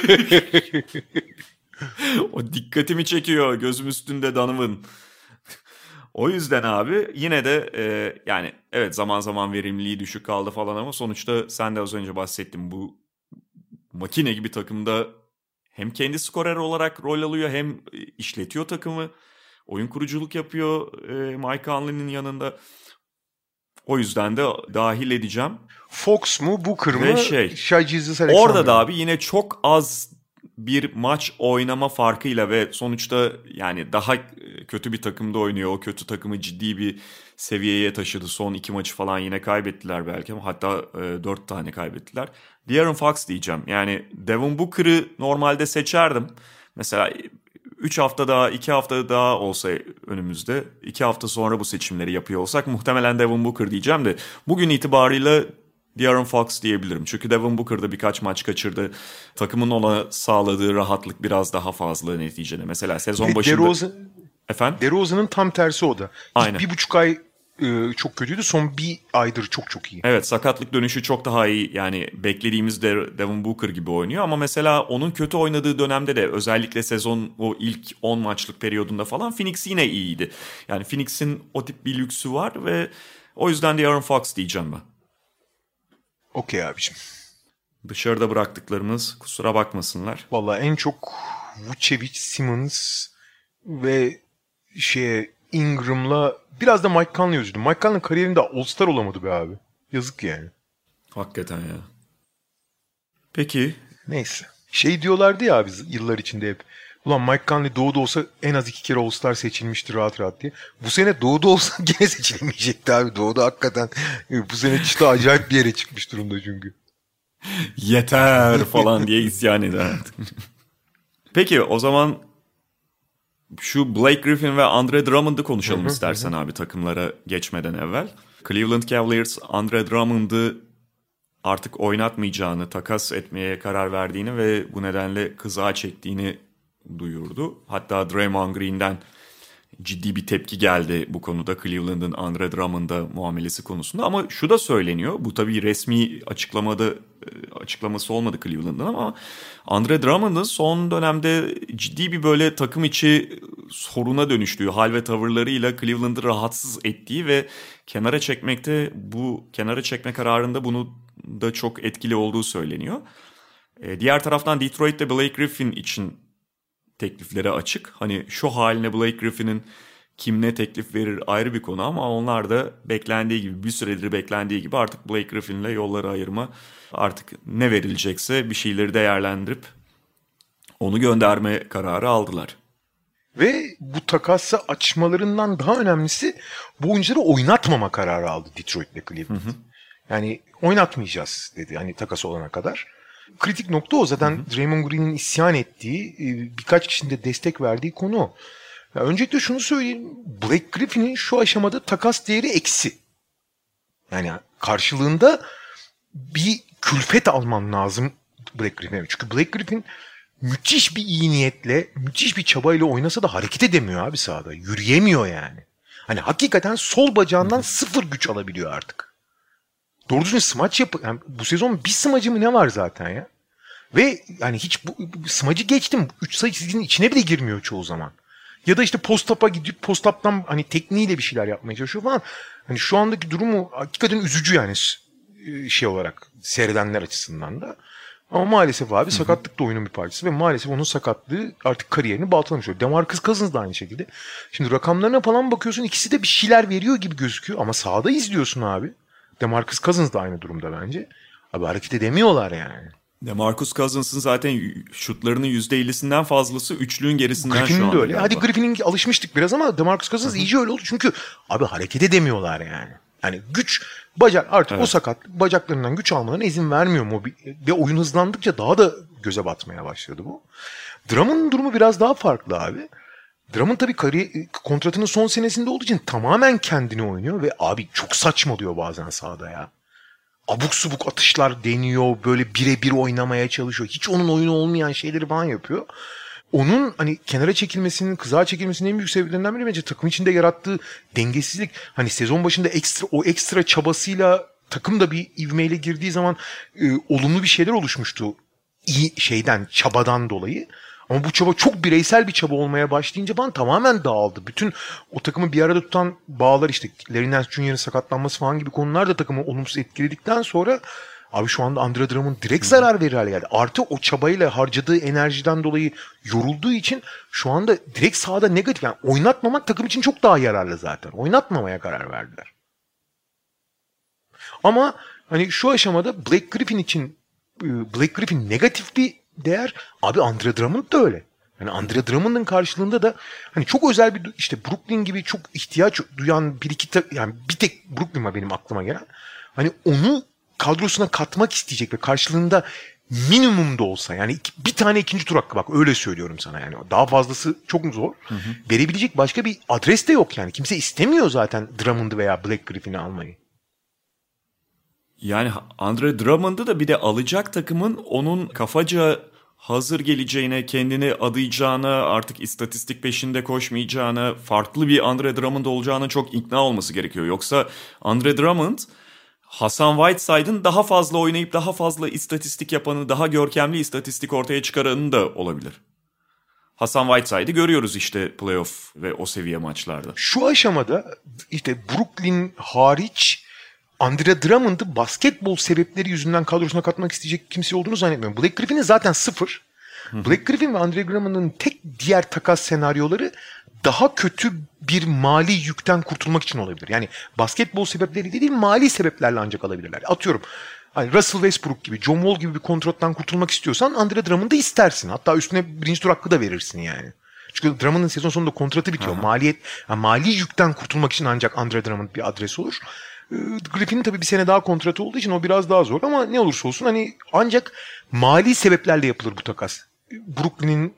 O dikkatimi çekiyor, gözüm üstünde Donovan. O yüzden abi yine de yani evet, zaman zaman verimliliği düşük kaldı falan ama sonuçta sen de az önce bahsettin, bu makine gibi takımda hem kendi skorer olarak rol alıyor hem işletiyor takımı. Oyun kuruculuk yapıyor Mike Conley'nin yanında. O yüzden de dahil edeceğim. Fox mu, Booker mı? Shai Gilgeous-Alexander. Orada da abi yine çok az bir maç oynama farkıyla ve sonuçta yani daha kötü bir takımda oynuyor. O kötü takımı ciddi bir seviyeye taşıdı. Son 2 maçı falan yine kaybettiler belki ama hatta 4 tane kaybettiler. De'Aaron Fox diyeceğim. Yani Devin Booker'ı normalde seçerdim. Mesela 3 hafta daha, 2 hafta daha olsa önümüzde, 2 hafta sonra bu seçimleri yapıyor olsak muhtemelen Devin Booker diyeceğim de bugün itibarıyla De'Aaron Fox diyebilirim. Çünkü Devin Booker'da birkaç maç kaçırdı. Takımın ona sağladığı rahatlık biraz daha fazla neticede. Mesela sezon başında... DeRozan'ın tam tersi o da. Aynen. İlk 1,5 ay çok kötüydü. Son bir aydır çok iyi. Evet, sakatlık dönüşü çok daha iyi. Yani beklediğimiz Devin Booker gibi oynuyor. Ama mesela onun kötü oynadığı dönemde de özellikle sezon o ilk 10 maçlık periyodunda falan Phoenix yine iyiydi. Yani Phoenix'in o tip bir lüksü var ve o yüzden De'Aaron Fox diyeceğim ben. Okey abicim. Dışarıda bıraktıklarımız kusura bakmasınlar. Vallahi en çok Vucevic, Simmons ve Ingram'la biraz da Mike Conley üzüldüm. Mike Conley kariyerinde All-Star olamadı be abi. Yazık yani. Hakikaten ya. Peki. Neyse. Diyorlardı ya abi yıllar içinde hep. Ulan Mike Conley doğuda olsa en az 2 kere All-Star seçilmiştir rahat rahat diye. Bu sene doğuda olsa gene seçilemeyecekti abi. Doğuda hakikaten bu sene çıta acayip bir yere çıkmış durumda çünkü. Yeter falan diye isyan eder artık. Peki o zaman şu Blake Griffin ve Andre Drummond'u konuşalım istersen abi takımlara geçmeden evvel. Cleveland Cavaliers Andre Drummond'u artık oynatmayacağını, takas etmeye karar verdiğini ve bu nedenle kızağa çektiğini duyurdu. Hatta Draymond Green'den ciddi bir tepki geldi bu konuda Cleveland'ın Andre Drummond'a muamelesi konusunda. Ama şu da söyleniyor. Bu tabii resmi açıklaması olmadı Cleveland'ın ama Andre Drummond'ın son dönemde ciddi bir böyle takım içi soruna dönüştüğü, hal ve tavırlarıyla Cleveland'ı rahatsız ettiği ve kenara çekme kararında bunu da çok etkili olduğu söyleniyor. Diğer taraftan Detroit'te Blake Griffin için tekliflere açık. Hani şu haline Blake Griffin'in kim ne teklif verir ayrı bir konu ama onlar da beklendiği gibi, bir süredir beklendiği gibi artık Blake Griffin'le yolları ayırma, artık ne verilecekse bir şeyleri değerlendirip onu gönderme kararı aldılar. Ve bu takası açmalarından daha önemlisi bu oyuncuları oynatmama kararı aldı Detroit'le Cleveland. Yani oynatmayacağız dedi hani takas olana kadar. Kritik nokta o zaten Draymond Green'in isyan ettiği, birkaç kişinin de destek verdiği konu. Ya öncelikle şunu söyleyeyim. Blake Griffin'in şu aşamada takas değeri eksi. Yani karşılığında bir külfet alman lazım Blake Griffin'e. Çünkü Blake Griffin müthiş bir iyi niyetle, müthiş bir çabayla oynasa da hareket edemiyor abi sahada. Yürüyemiyor yani. Hani hakikaten sol bacağından sıfır güç alabiliyor artık. Doğru düzgün smaç yani bu sezon bir smacı mı ne var zaten ya? Ve yani hiç bu smacı geçtim. 3 sayı çizginin içine bile girmiyor çoğu zaman. Ya da işte post-up'a gidip post-up'tan hani tekniğiyle bir şeyler yapmaya çalışıyor falan. Hani şu andaki durumu hakikaten üzücü yani şey olarak seyredenler açısından da. Ama maalesef abi sakatlık da oyunun bir parçası ve maalesef onun sakatlığı artık kariyerini baltalamış oluyor. DeMarcus Cousins da aynı şekilde. Şimdi rakamlarına falan bakıyorsun ikisi de bir şeyler veriyor gibi gözüküyor ama sahada izliyorsun abi. DeMarcus Cousins da aynı durumda bence. Abi hareket edemiyorlar yani. DeMarcus Cousins'ın zaten şutlarının %50'sinden fazlası üçlüğün gerisinden Griffin'in şu anda. de öyle. Galiba. Hadi Griffin'in alışmıştık biraz ama DeMarcus Cousins iyice öyle oldu. Çünkü abi hareket edemiyorlar yani. Yani güç artık o sakat bacaklarından güç almalarına izin vermiyor ve oyun hızlandıkça daha da göze batmaya başladı bu. Drummond'un durumu biraz daha farklı abi. Drummond tabii kontratının son senesinde olduğu için tamamen kendini oynuyor ve abi çok saçmalıyor bazen sahada ya. Abuk subuk atışlar deniyor, böyle birebir oynamaya çalışıyor. Hiç onun oyunu olmayan şeyleri falan yapıyor. Onun hani kenara çekilmesinin, kızağa çekilmesinin en büyük sebeplerinden biri bence takım içinde yarattığı dengesizlik. Hani sezon başında ekstra çabasıyla takım da bir ivmeyle girdiği zaman olumlu bir şeyler oluşmuştu. Çabadan dolayı. Ama bu çaba çok bireysel bir çaba olmaya başlayınca falan tamamen dağıldı. Bütün o takımı bir arada tutan bağlar işte Larry Nance Jr.'ın sakatlanması falan gibi konular da takımı olumsuz etkiledikten sonra abi şu anda Andre Drummond direkt zarar verir hale geldi. Artı o çabayla harcadığı enerjiden dolayı yorulduğu için şu anda direkt sahada negatif. Yani oynatmamak takım için çok daha yararlı zaten. Oynatmamaya karar verdiler. Ama hani şu aşamada Blake Griffin negatif bir değer. Abi Andre Drummond da öyle. Yani Andre Drummond'ın karşılığında da hani çok özel bir işte Brooklyn gibi çok ihtiyaç duyan yani bir tek Brooklyn var benim aklıma gelen. Hani onu kadrosuna katmak isteyecek ve karşılığında minimum da olsa yani bir tane ikinci tur hakkı bak öyle söylüyorum sana yani daha fazlası çok zor. Verebilecek başka bir adres de yok yani. Kimse istemiyor zaten Drummond'u veya Blake Griffin'i almayı. Yani Andre Drummond'u da bir de alacak takımın onun kafaca hazır geleceğine, kendini adayacağına, artık istatistik peşinde koşmayacağına, farklı bir Andre Drummond olacağına çok ikna olması gerekiyor. Yoksa Andre Drummond, Hassan Whiteside'ın daha fazla oynayıp daha fazla istatistik yapanı, daha görkemli istatistik ortaya çıkaranı da olabilir. Hassan Whiteside'ı görüyoruz işte playoff ve o seviye maçlarda. Şu aşamada işte Brooklyn hariç Andre Drummond'ı basketbol sebepleri yüzünden kadrosuna katmak isteyecek kimse olduğunu zannetmiyorum. Blake Griffin'in zaten sıfır. Blake Griffin ve Andre Drummond'ın tek diğer takas senaryoları daha kötü bir mali yükten kurtulmak için olabilir. Yani basketbol sebepleri değil mali sebeplerle ancak alabilirler. Atıyorum Hani Russell Westbrook gibi, John Wall gibi bir kontrattan kurtulmak istiyorsan Andre Drummond'u istersin. Hatta üstüne birinci tur hakkı da verirsin yani. Çünkü Drummond'un sezon sonunda kontratı bitiyor. Mali yükten kurtulmak için ancak Andre Drummond bir adres olur. Griffin'in tabii bir sene daha kontratı olduğu için o biraz daha zor ama ne olursa olsun hani ancak mali sebeplerle yapılır bu takas. Brooklyn'in...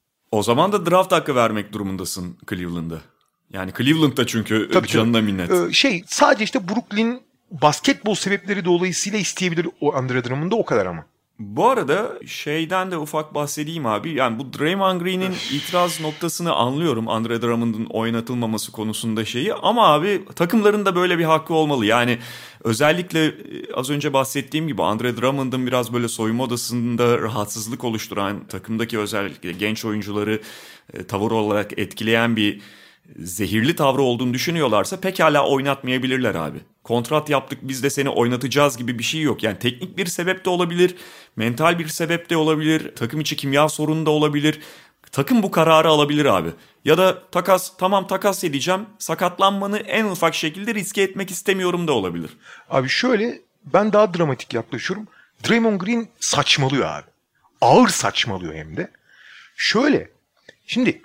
O zaman da draft hakkı vermek durumundasın Cleveland'a. Yani Cleveland'da çünkü canına minnet. Sadece işte Brooklyn basketbol sebepleri dolayısıyla isteyebilir o Andre Drummond'u, o kadar ama. Bu arada şeyden de ufak bahsedeyim abi. Yani bu Draymond Green'in itiraz noktasını anlıyorum. Andre Drummond'un oynatılmaması konusunda şeyi. Ama abi takımların da böyle bir hakkı olmalı. Yani özellikle az önce bahsettiğim gibi Andre Drummond'un biraz böyle soyunma odasında rahatsızlık oluşturan, takımdaki özellikle genç oyuncuları tavır olarak etkileyen bir zehirli tavrı olduğunu düşünüyorlarsa pekala oynatmayabilirler abi. Kontrat yaptık biz de seni oynatacağız gibi bir şey yok. Yani teknik bir sebep de olabilir, mental bir sebep de olabilir, takım içi kimya sorunu da olabilir. Takım bu kararı alabilir abi. Ya da takas edeceğim, sakatlanmanı en ufak şekilde riske etmek istemiyorum da olabilir. Abi şöyle, ben daha dramatik yaklaşıyorum. Draymond Green saçmalıyor abi. Ağır saçmalıyor hem de. Şöyle, şimdi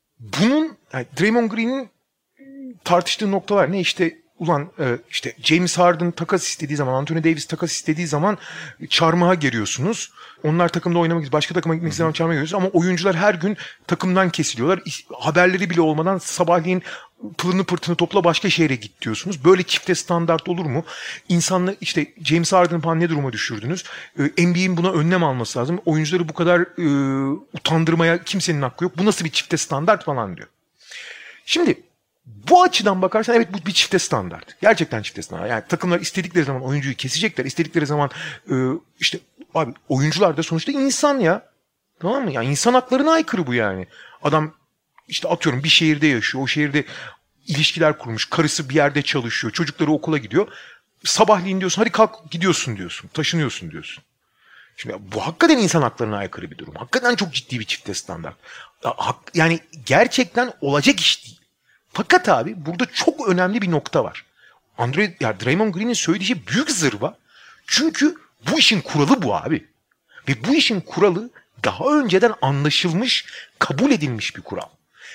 bunun yani Draymond Green'in tartıştığı noktalar ne? İşte işte James Harden takas istediği zaman, Anthony Davis takas istediği zaman çarmıha geriyorsunuz. Onlar takımda oynamak, başka takıma gitmek istediği zaman çarmıha geriyorsunuz. Ama oyuncular her gün takımdan kesiliyorlar. Haberleri bile olmadan sabahleyin pılını pırtını topla başka şehre git diyorsunuz. Böyle çifte standart olur mu? İnsanlar işte James Harden'ı falan ne duruma düşürdünüz? NBA'in buna önlem alması lazım. Oyuncuları bu kadar utandırmaya kimsenin hakkı yok. Bu nasıl bir çifte standart falan diyor. Şimdi bu açıdan bakarsan evet bu bir çifte standart. Gerçekten çifte standart. Yani takımlar istedikleri zaman oyuncuyu kesecekler. İstedikleri zaman işte abi oyuncular da sonuçta insan ya. Tamam mı? Yani insan haklarına aykırı bu yani. Adam işte atıyorum bir şehirde yaşıyor. O şehirde ilişkiler kurmuş. Karısı bir yerde çalışıyor. Çocukları okula gidiyor. Sabahleyin diyorsun hadi kalk gidiyorsun diyorsun. Taşınıyorsun diyorsun. Şimdi bu hakikaten insan haklarına aykırı bir durum. Hakikaten çok ciddi bir çifte standart. Yani gerçekten olacak iş değil. Fakat abi burada çok önemli bir nokta var. Draymond Green'in söylediği büyük zırva. Çünkü bu işin kuralı bu abi. Ve bu işin kuralı daha önceden anlaşılmış, kabul edilmiş bir kural.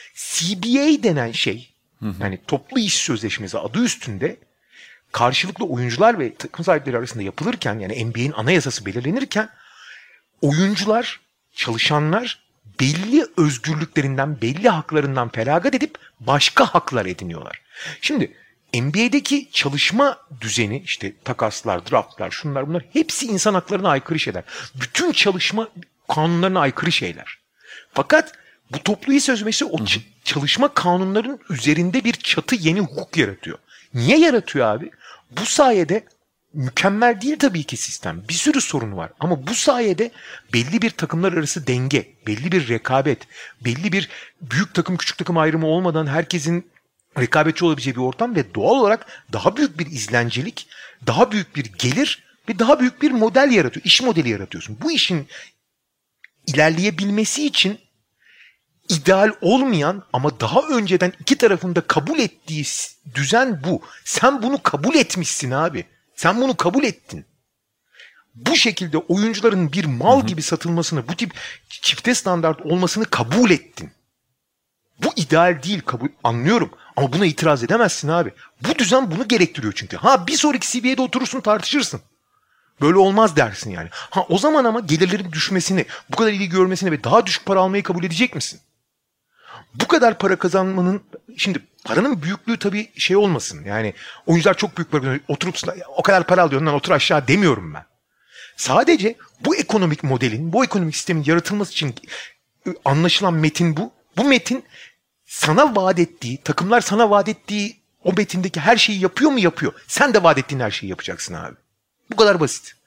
CBA denen şey, yani toplu iş sözleşmesi adı üstünde karşılıklı oyuncular ve takım sahipleri arasında yapılırken, yani NBA'in anayasası belirlenirken oyuncular, çalışanlar belli özgürlüklerinden, belli haklarından feragat edip başka haklar ediniyorlar. Şimdi NBA'deki çalışma düzeni, işte takaslar, draftlar, şunlar bunlar hepsi insan haklarına aykırı şeyler. Bütün çalışma kanunlarına aykırı şeyler. Fakat bu toplu iş sözleşmesi o çalışma kanunlarının üzerinde bir çatı, yeni hukuk yaratıyor. Niye yaratıyor abi? Bu sayede mükemmel değil tabii ki sistem. Bir sürü sorun var. Ama bu sayede belli bir takımlar arası denge, belli bir rekabet, belli bir büyük takım küçük takım ayrımı olmadan herkesin rekabetçi olabileceği bir ortam ve doğal olarak daha büyük bir izlencilik, daha büyük bir gelir ve daha büyük bir model yaratıyor. İş modeli yaratıyorsun. Bu işin ilerleyebilmesi için ideal olmayan ama daha önceden iki tarafın da kabul ettiği düzen bu. Sen bunu kabul etmişsin abi. Sen bunu kabul ettin. Bu şekilde oyuncuların bir mal gibi satılmasını, bu tip çifte standart olmasını kabul ettin. Bu ideal değil, anlıyorum. Ama buna itiraz edemezsin abi. Bu düzen bunu gerektiriyor çünkü. Bir sonraki CBA'de oturursun tartışırsın. Böyle olmaz dersin yani. O zaman ama gelirlerin düşmesini, bu kadar ilgi görmesini ve daha düşük para almayı kabul edecek misin? Bu kadar para kazanmanın, şimdi paranın büyüklüğü tabii şey olmasın. Yani oyuncular çok büyük para, oturup o kadar para alıyor ondan otur aşağı demiyorum ben. Sadece bu ekonomik modelin, bu ekonomik sistemin yaratılması için anlaşılan metin bu. Bu metin sana vaat ettiği, takımlar sana vaat ettiği o metindeki her şeyi yapıyor mu? Yapıyor. Sen de vaat ettiğin her şeyi yapacaksın abi. Bu kadar basit.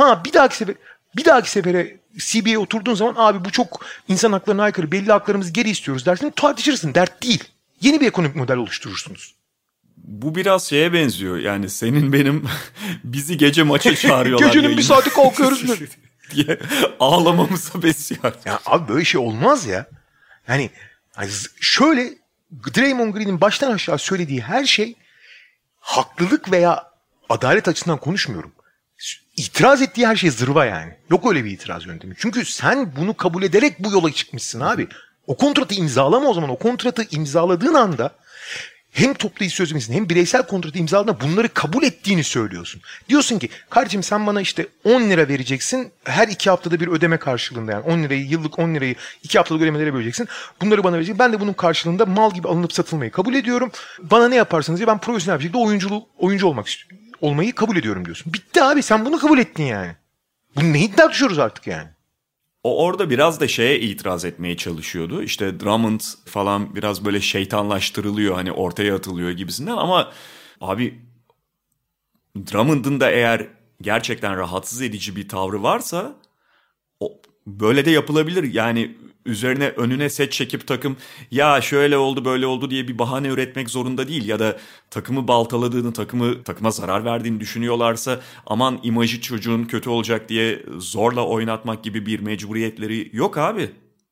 Bir dahaki sefere CBA'ye oturduğun zaman abi bu çok insan haklarına aykırı, belli haklarımızı geri istiyoruz dersin, tartışırsın, dert değil. Yeni bir ekonomik model oluşturursunuz. Bu biraz şeye benziyor, yani senin benim bizi gece maça çağırıyorlar. Gecenin bir saati kalkıyoruz diye ağlamamıza benziyor. Ya abi böyle şey olmaz ya. Yani şöyle Draymond Green'in baştan aşağı söylediği her şey haklılık veya adalet açısından konuşmuyorum. İtiraz ettiği her şey zırva yani. Yok öyle bir itiraz yöntemi. Çünkü sen bunu kabul ederek bu yola çıkmışsın abi. O kontratı imzalama o zaman. O kontratı imzaladığın anda hem toplu iş sözleşmesini hem bireysel kontratı imzaladığında bunları kabul ettiğini söylüyorsun. Diyorsun ki kardeşim sen bana işte 10 lira vereceksin. Her 2 haftada bir ödeme karşılığında yani 10 lirayı yıllık 10 lirayı 2 haftalık ödemelere böleceksin. Bunları bana vereceksin. Ben de bunun karşılığında mal gibi alınıp satılmayı kabul ediyorum. Bana ne yaparsanız ya ben profesyonel bir şekilde oyuncu olmayı kabul ediyorum diyorsun. Bitti abi sen bunu kabul ettin yani. Bunu neyi tartışıyoruz artık yani? O orada biraz da şeye itiraz etmeye çalışıyordu. İşte Drummond falan biraz böyle şeytanlaştırılıyor hani ortaya atılıyor gibisinden ama abi Drummond'ın da eğer gerçekten rahatsız edici bir tavrı varsa böyle de yapılabilir. Yani üzerine önüne set çekip takım ya şöyle oldu böyle oldu diye bir bahane üretmek zorunda değil. Ya da takımı baltaladığını, takıma zarar verdiğini düşünüyorlarsa aman imajı çocuğun kötü olacak diye zorla oynatmak gibi bir mecburiyetleri yok abi.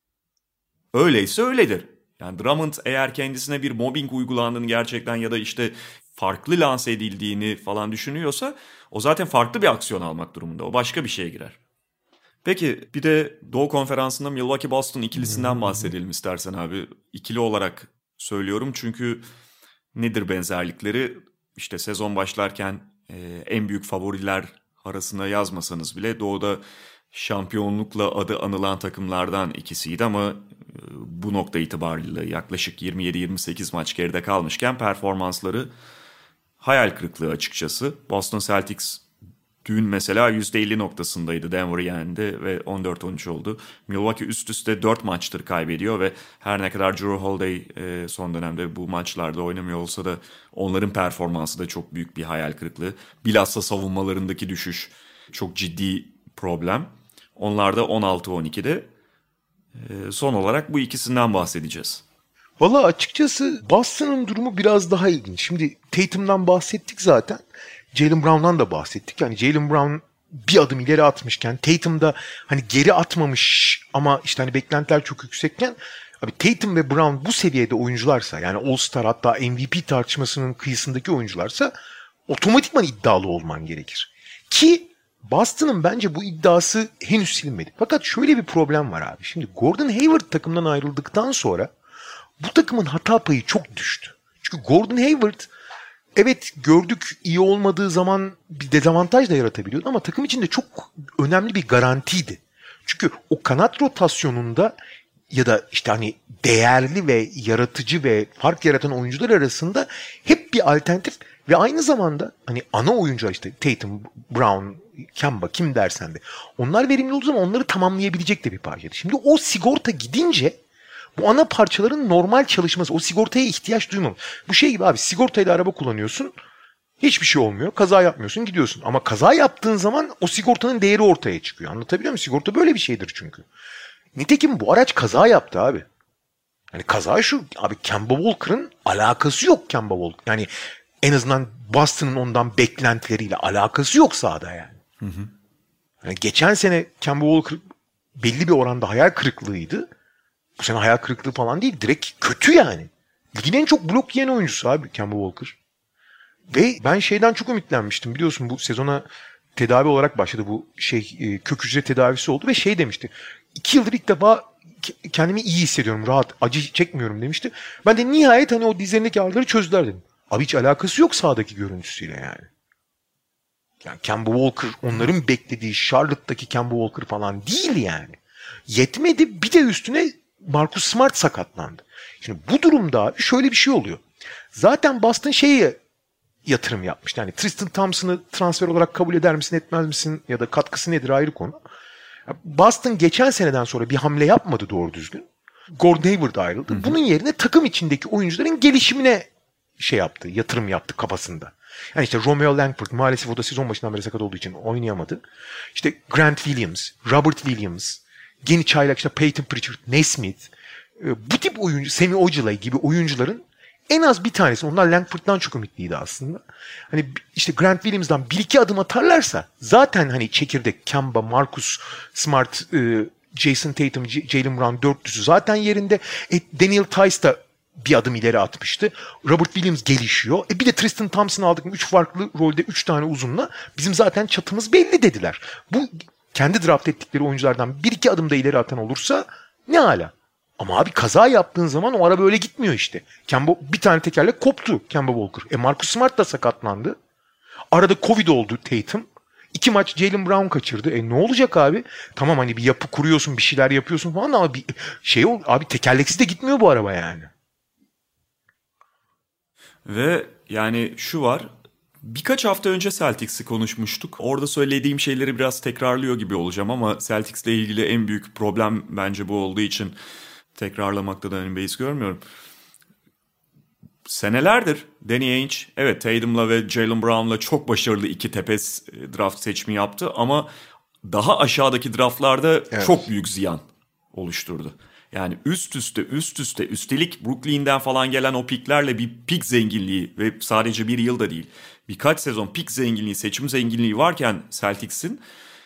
Öyleyse öyledir. Yani Drummond eğer kendisine bir mobbing uygulandığını gerçekten ya da işte farklı lanse edildiğini falan düşünüyorsa o zaten farklı bir aksiyon almak durumunda. O başka bir şeye girer. Peki bir de Doğu Konferansı'nda Milwaukee-Boston ikilisinden bahsedelim istersen abi. İkili olarak söylüyorum çünkü nedir benzerlikleri? İşte sezon başlarken en büyük favoriler arasına yazmasanız bile Doğu'da şampiyonlukla adı anılan takımlardan ikisiydi ama bu nokta itibariyle yaklaşık 27-28 maç geride kalmışken performansları hayal kırıklığı açıkçası. Boston Celtics dün mesela %50 noktasındaydı. Denver'ı yendi ve 14-13 oldu. Milwaukee üst üste 4 maçtır kaybediyor ve her ne kadar Jrue Holiday son dönemde bu maçlarda oynamıyor olsa da onların performansı da çok büyük bir hayal kırıklığı. Bilhassa savunmalarındaki düşüş çok ciddi problem. Onlar da 16-12'de. Son olarak bu ikisinden bahsedeceğiz. Valla açıkçası Boston'ın durumu biraz daha ilginç. Şimdi Tatum'dan bahsettik zaten. Jaylen Brown'dan da bahsettik. Yani Jaylen Brown bir adım ileri atmışken Tatum da hani geri atmamış ama işte hani beklentiler çok yüksekken abi Tatum ve Brown bu seviyede oyuncularsa yani All-Star hatta MVP tartışmasının kıyısındaki oyuncularsa otomatikman iddialı olman gerekir. Ki Boston'ın bence bu iddiası henüz silinmedi. Fakat şöyle bir problem var abi. Şimdi Gordon Hayward takımdan ayrıldıktan sonra bu takımın hata payı çok düştü. Çünkü Gordon Hayward evet gördük iyi olmadığı zaman bir dezavantaj da yaratabiliyordu ama takım için de çok önemli bir garantiydi. Çünkü o kanat rotasyonunda ya da işte hani değerli ve yaratıcı ve fark yaratan oyuncular arasında hep bir alternatif ve aynı zamanda hani ana oyuncular işte Tatum, Brown, Kemba kim dersen de onlar verimli olduğu zaman onları tamamlayabilecek de bir parçaydı. Şimdi o sigorta gidince bu ana parçaların normal çalışması, o sigortaya ihtiyaç duymam. Bu şey gibi abi sigortayla araba kullanıyorsun, hiçbir şey olmuyor, kaza yapmıyorsun, gidiyorsun. Ama kaza yaptığın zaman o sigortanın değeri ortaya çıkıyor. Anlatabiliyor muyum? Sigorta böyle bir şeydir çünkü. Nitekim bu araç kaza yaptı abi. Yani kaza şu, abi Kemba Walker'ın alakası yok Kemba Walker. Yani en azından Boston'ın ondan beklentileriyle alakası yok sahada yani. Hı hı. Yani geçen sene Kemba Walker belli bir oranda hayal kırıklığıydı. Bu sene hayal kırıklığı falan değil. Direkt kötü yani. Ligin en çok blok yiyen oyuncusu abi Kemba Walker. Ve ben şeyden çok ümitlenmiştim. Biliyorsun bu sezona tedavi olarak başladı. Bu kök hücre tedavisi oldu ve şey demişti. 2 yıldır ilk defa kendimi iyi hissediyorum. Rahat, acı çekmiyorum demişti. Ben de nihayet hani o dizlerindeki ağrıları çözdüler dedim. Abi hiç alakası yok sahadaki görüntüsüyle yani. Yani Kemba Walker onların beklediği Charlotte'daki Kemba Walker falan değil yani. Yetmedi bir de üstüne Marcus Smart sakatlandı. Şimdi bu durumda abi şöyle bir şey oluyor. Zaten Boston şeye yatırım yapmıştı. Yani Tristan Thompson'ı transfer olarak kabul eder misin etmez misin ya da katkısı nedir ayrı konu. Boston geçen seneden sonra bir hamle yapmadı doğru düzgün. Gordon Hayward ayrıldı. Hı hı. Bunun yerine takım içindeki oyuncuların gelişimine yatırım yaptı kafasında. Yani işte Romeo Langford maalesef o da sezon başından beri sakat olduğu için oynayamadı. İşte Grant Williams, Robert Williams, Geni Çaylak, işte Peyton Pritchard, Nesmith, bu tip oyuncu, Semi Ojeleye gibi oyuncuların en az bir tanesi, onlar Langford'dan çok ümitliydi aslında. Hani işte Grant Williams'dan 1-2 adım atarlarsa zaten hani çekirdek Kemba, Marcus Smart, Jason Tatum, Jaylen Brown dörtlüsü zaten yerinde. Daniel Tice da bir adım ileri atmıştı. Robert Williams gelişiyor. Bir de Tristan Thompson aldık. 3 farklı rolde 3 tane uzunla. Bizim zaten çatımız belli dediler. Bu kendi draft ettikleri oyunculardan 1-2 adım da ileri atan olursa ne hala. Ama abi kaza yaptığın zaman o araba öyle gitmiyor işte. Bir tane tekerlek koptu Kemba Walker. Marcus Smart da sakatlandı. Arada Covid oldu Tatum. 2 maç Jaylen Brown kaçırdı. Ne olacak abi? Tamam hani bir yapı kuruyorsun, bir şeyler yapıyorsun falan ama bir abi tekerleksiz de gitmiyor bu araba yani. Ve yani şu var. Birkaç hafta önce Celtics'i konuşmuştuk. Orada söylediğim şeyleri biraz tekrarlıyor gibi olacağım ama Celtics'le ilgili en büyük problem bence bu olduğu için tekrarlamakta da önemli beis görmüyorum. Senelerdir Danny Ainge evet Tatum'la ve Jaylen Brown'la çok başarılı iki tepes draft seçimi yaptı ama daha aşağıdaki draftlarda çok büyük ziyan oluşturdu. Yani üst üste üstelik Brooklyn'den falan gelen o piklerle bir pik zenginliği ve sadece bir yılda değil birkaç sezon pik zenginliği, seçim zenginliği varken Celtics'in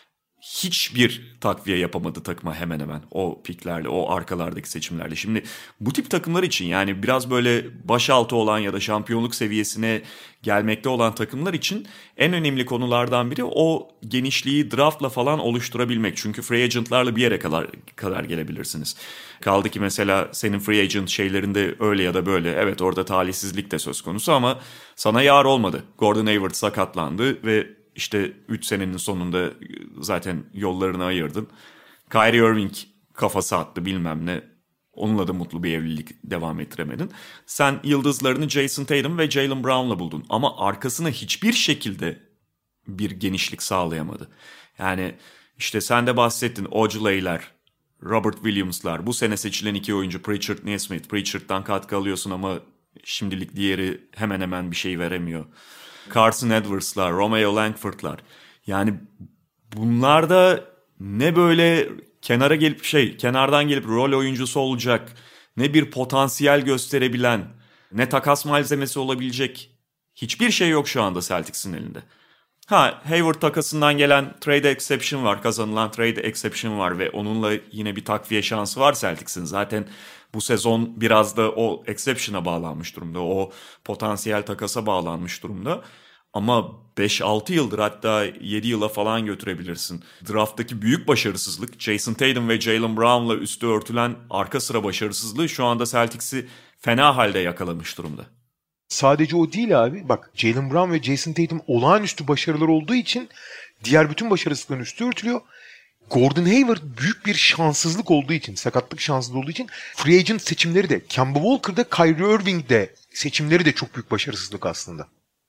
hiçbir takviye yapamadı takıma hemen hemen o piklerle, o arkalardaki seçimlerle. Şimdi bu tip takımlar için yani biraz böyle başaltı olan ya da şampiyonluk seviyesine gelmekte olan takımlar için en önemli konulardan biri o genişliği draftla falan oluşturabilmek. Çünkü free agentlarla bir yere kadar gelebilirsiniz. Kaldı ki mesela senin free agent şeylerinde öyle ya da böyle evet orada talihsizlik de söz konusu ama sana yar olmadı. Gordon Hayward sakatlandı ve İşte 3 senenin sonunda zaten yollarını ayırdın. Kyrie Irving kafası attı bilmem ne. Onunla da mutlu bir evlilik devam ettiremedin. Sen yıldızlarını Jason Tatum ve Jaylen Brown'la buldun. Ama arkasına hiçbir şekilde bir genişlik sağlayamadı. Yani işte sen de bahsettin. Ojale'ler, Robert Williams'lar. Bu sene seçilen 2 oyuncu Pritchard, Nesmith. Pritchard'dan katkı alıyorsun ama şimdilik diğeri hemen hemen bir şey veremiyor. Carson Edwards'lar, Romeo Langford'lar. Yani bunlar da ne böyle kenardan gelip rol oyuncusu olacak, ne bir potansiyel gösterebilen, ne takas malzemesi olabilecek hiçbir şey yok şu anda Celtics'in elinde. Hayward takasından gelen trade exception var, kazanılan trade exception var ve onunla yine bir takviye şansı var Celtics'in. Zaten bu sezon biraz da o exception'a bağlanmış durumda. O potansiyel takasa bağlanmış durumda. Ama 5-6 yıldır hatta 7 yıla falan götürebilirsin. Draft'taki büyük başarısızlık, Jason Tatum ve Jaylen Brown'la üstü örtülen arka sıra başarısızlığı şu anda Celtics'i fena halde yakalamış durumda. Sadece o değil abi. Bak Jaylen Brown ve Jason Tatum olağanüstü başarılar olduğu için diğer bütün başarısızlıkların üstü örtülüyor. Gordon Hayward büyük bir şanssızlık olduğu için, sakatlık şanssızlığı olduğu için free agent seçimleri de, Kemba Walker'da, Kyrie Irving'de seçimleri de çok büyük başarısızlık aslında.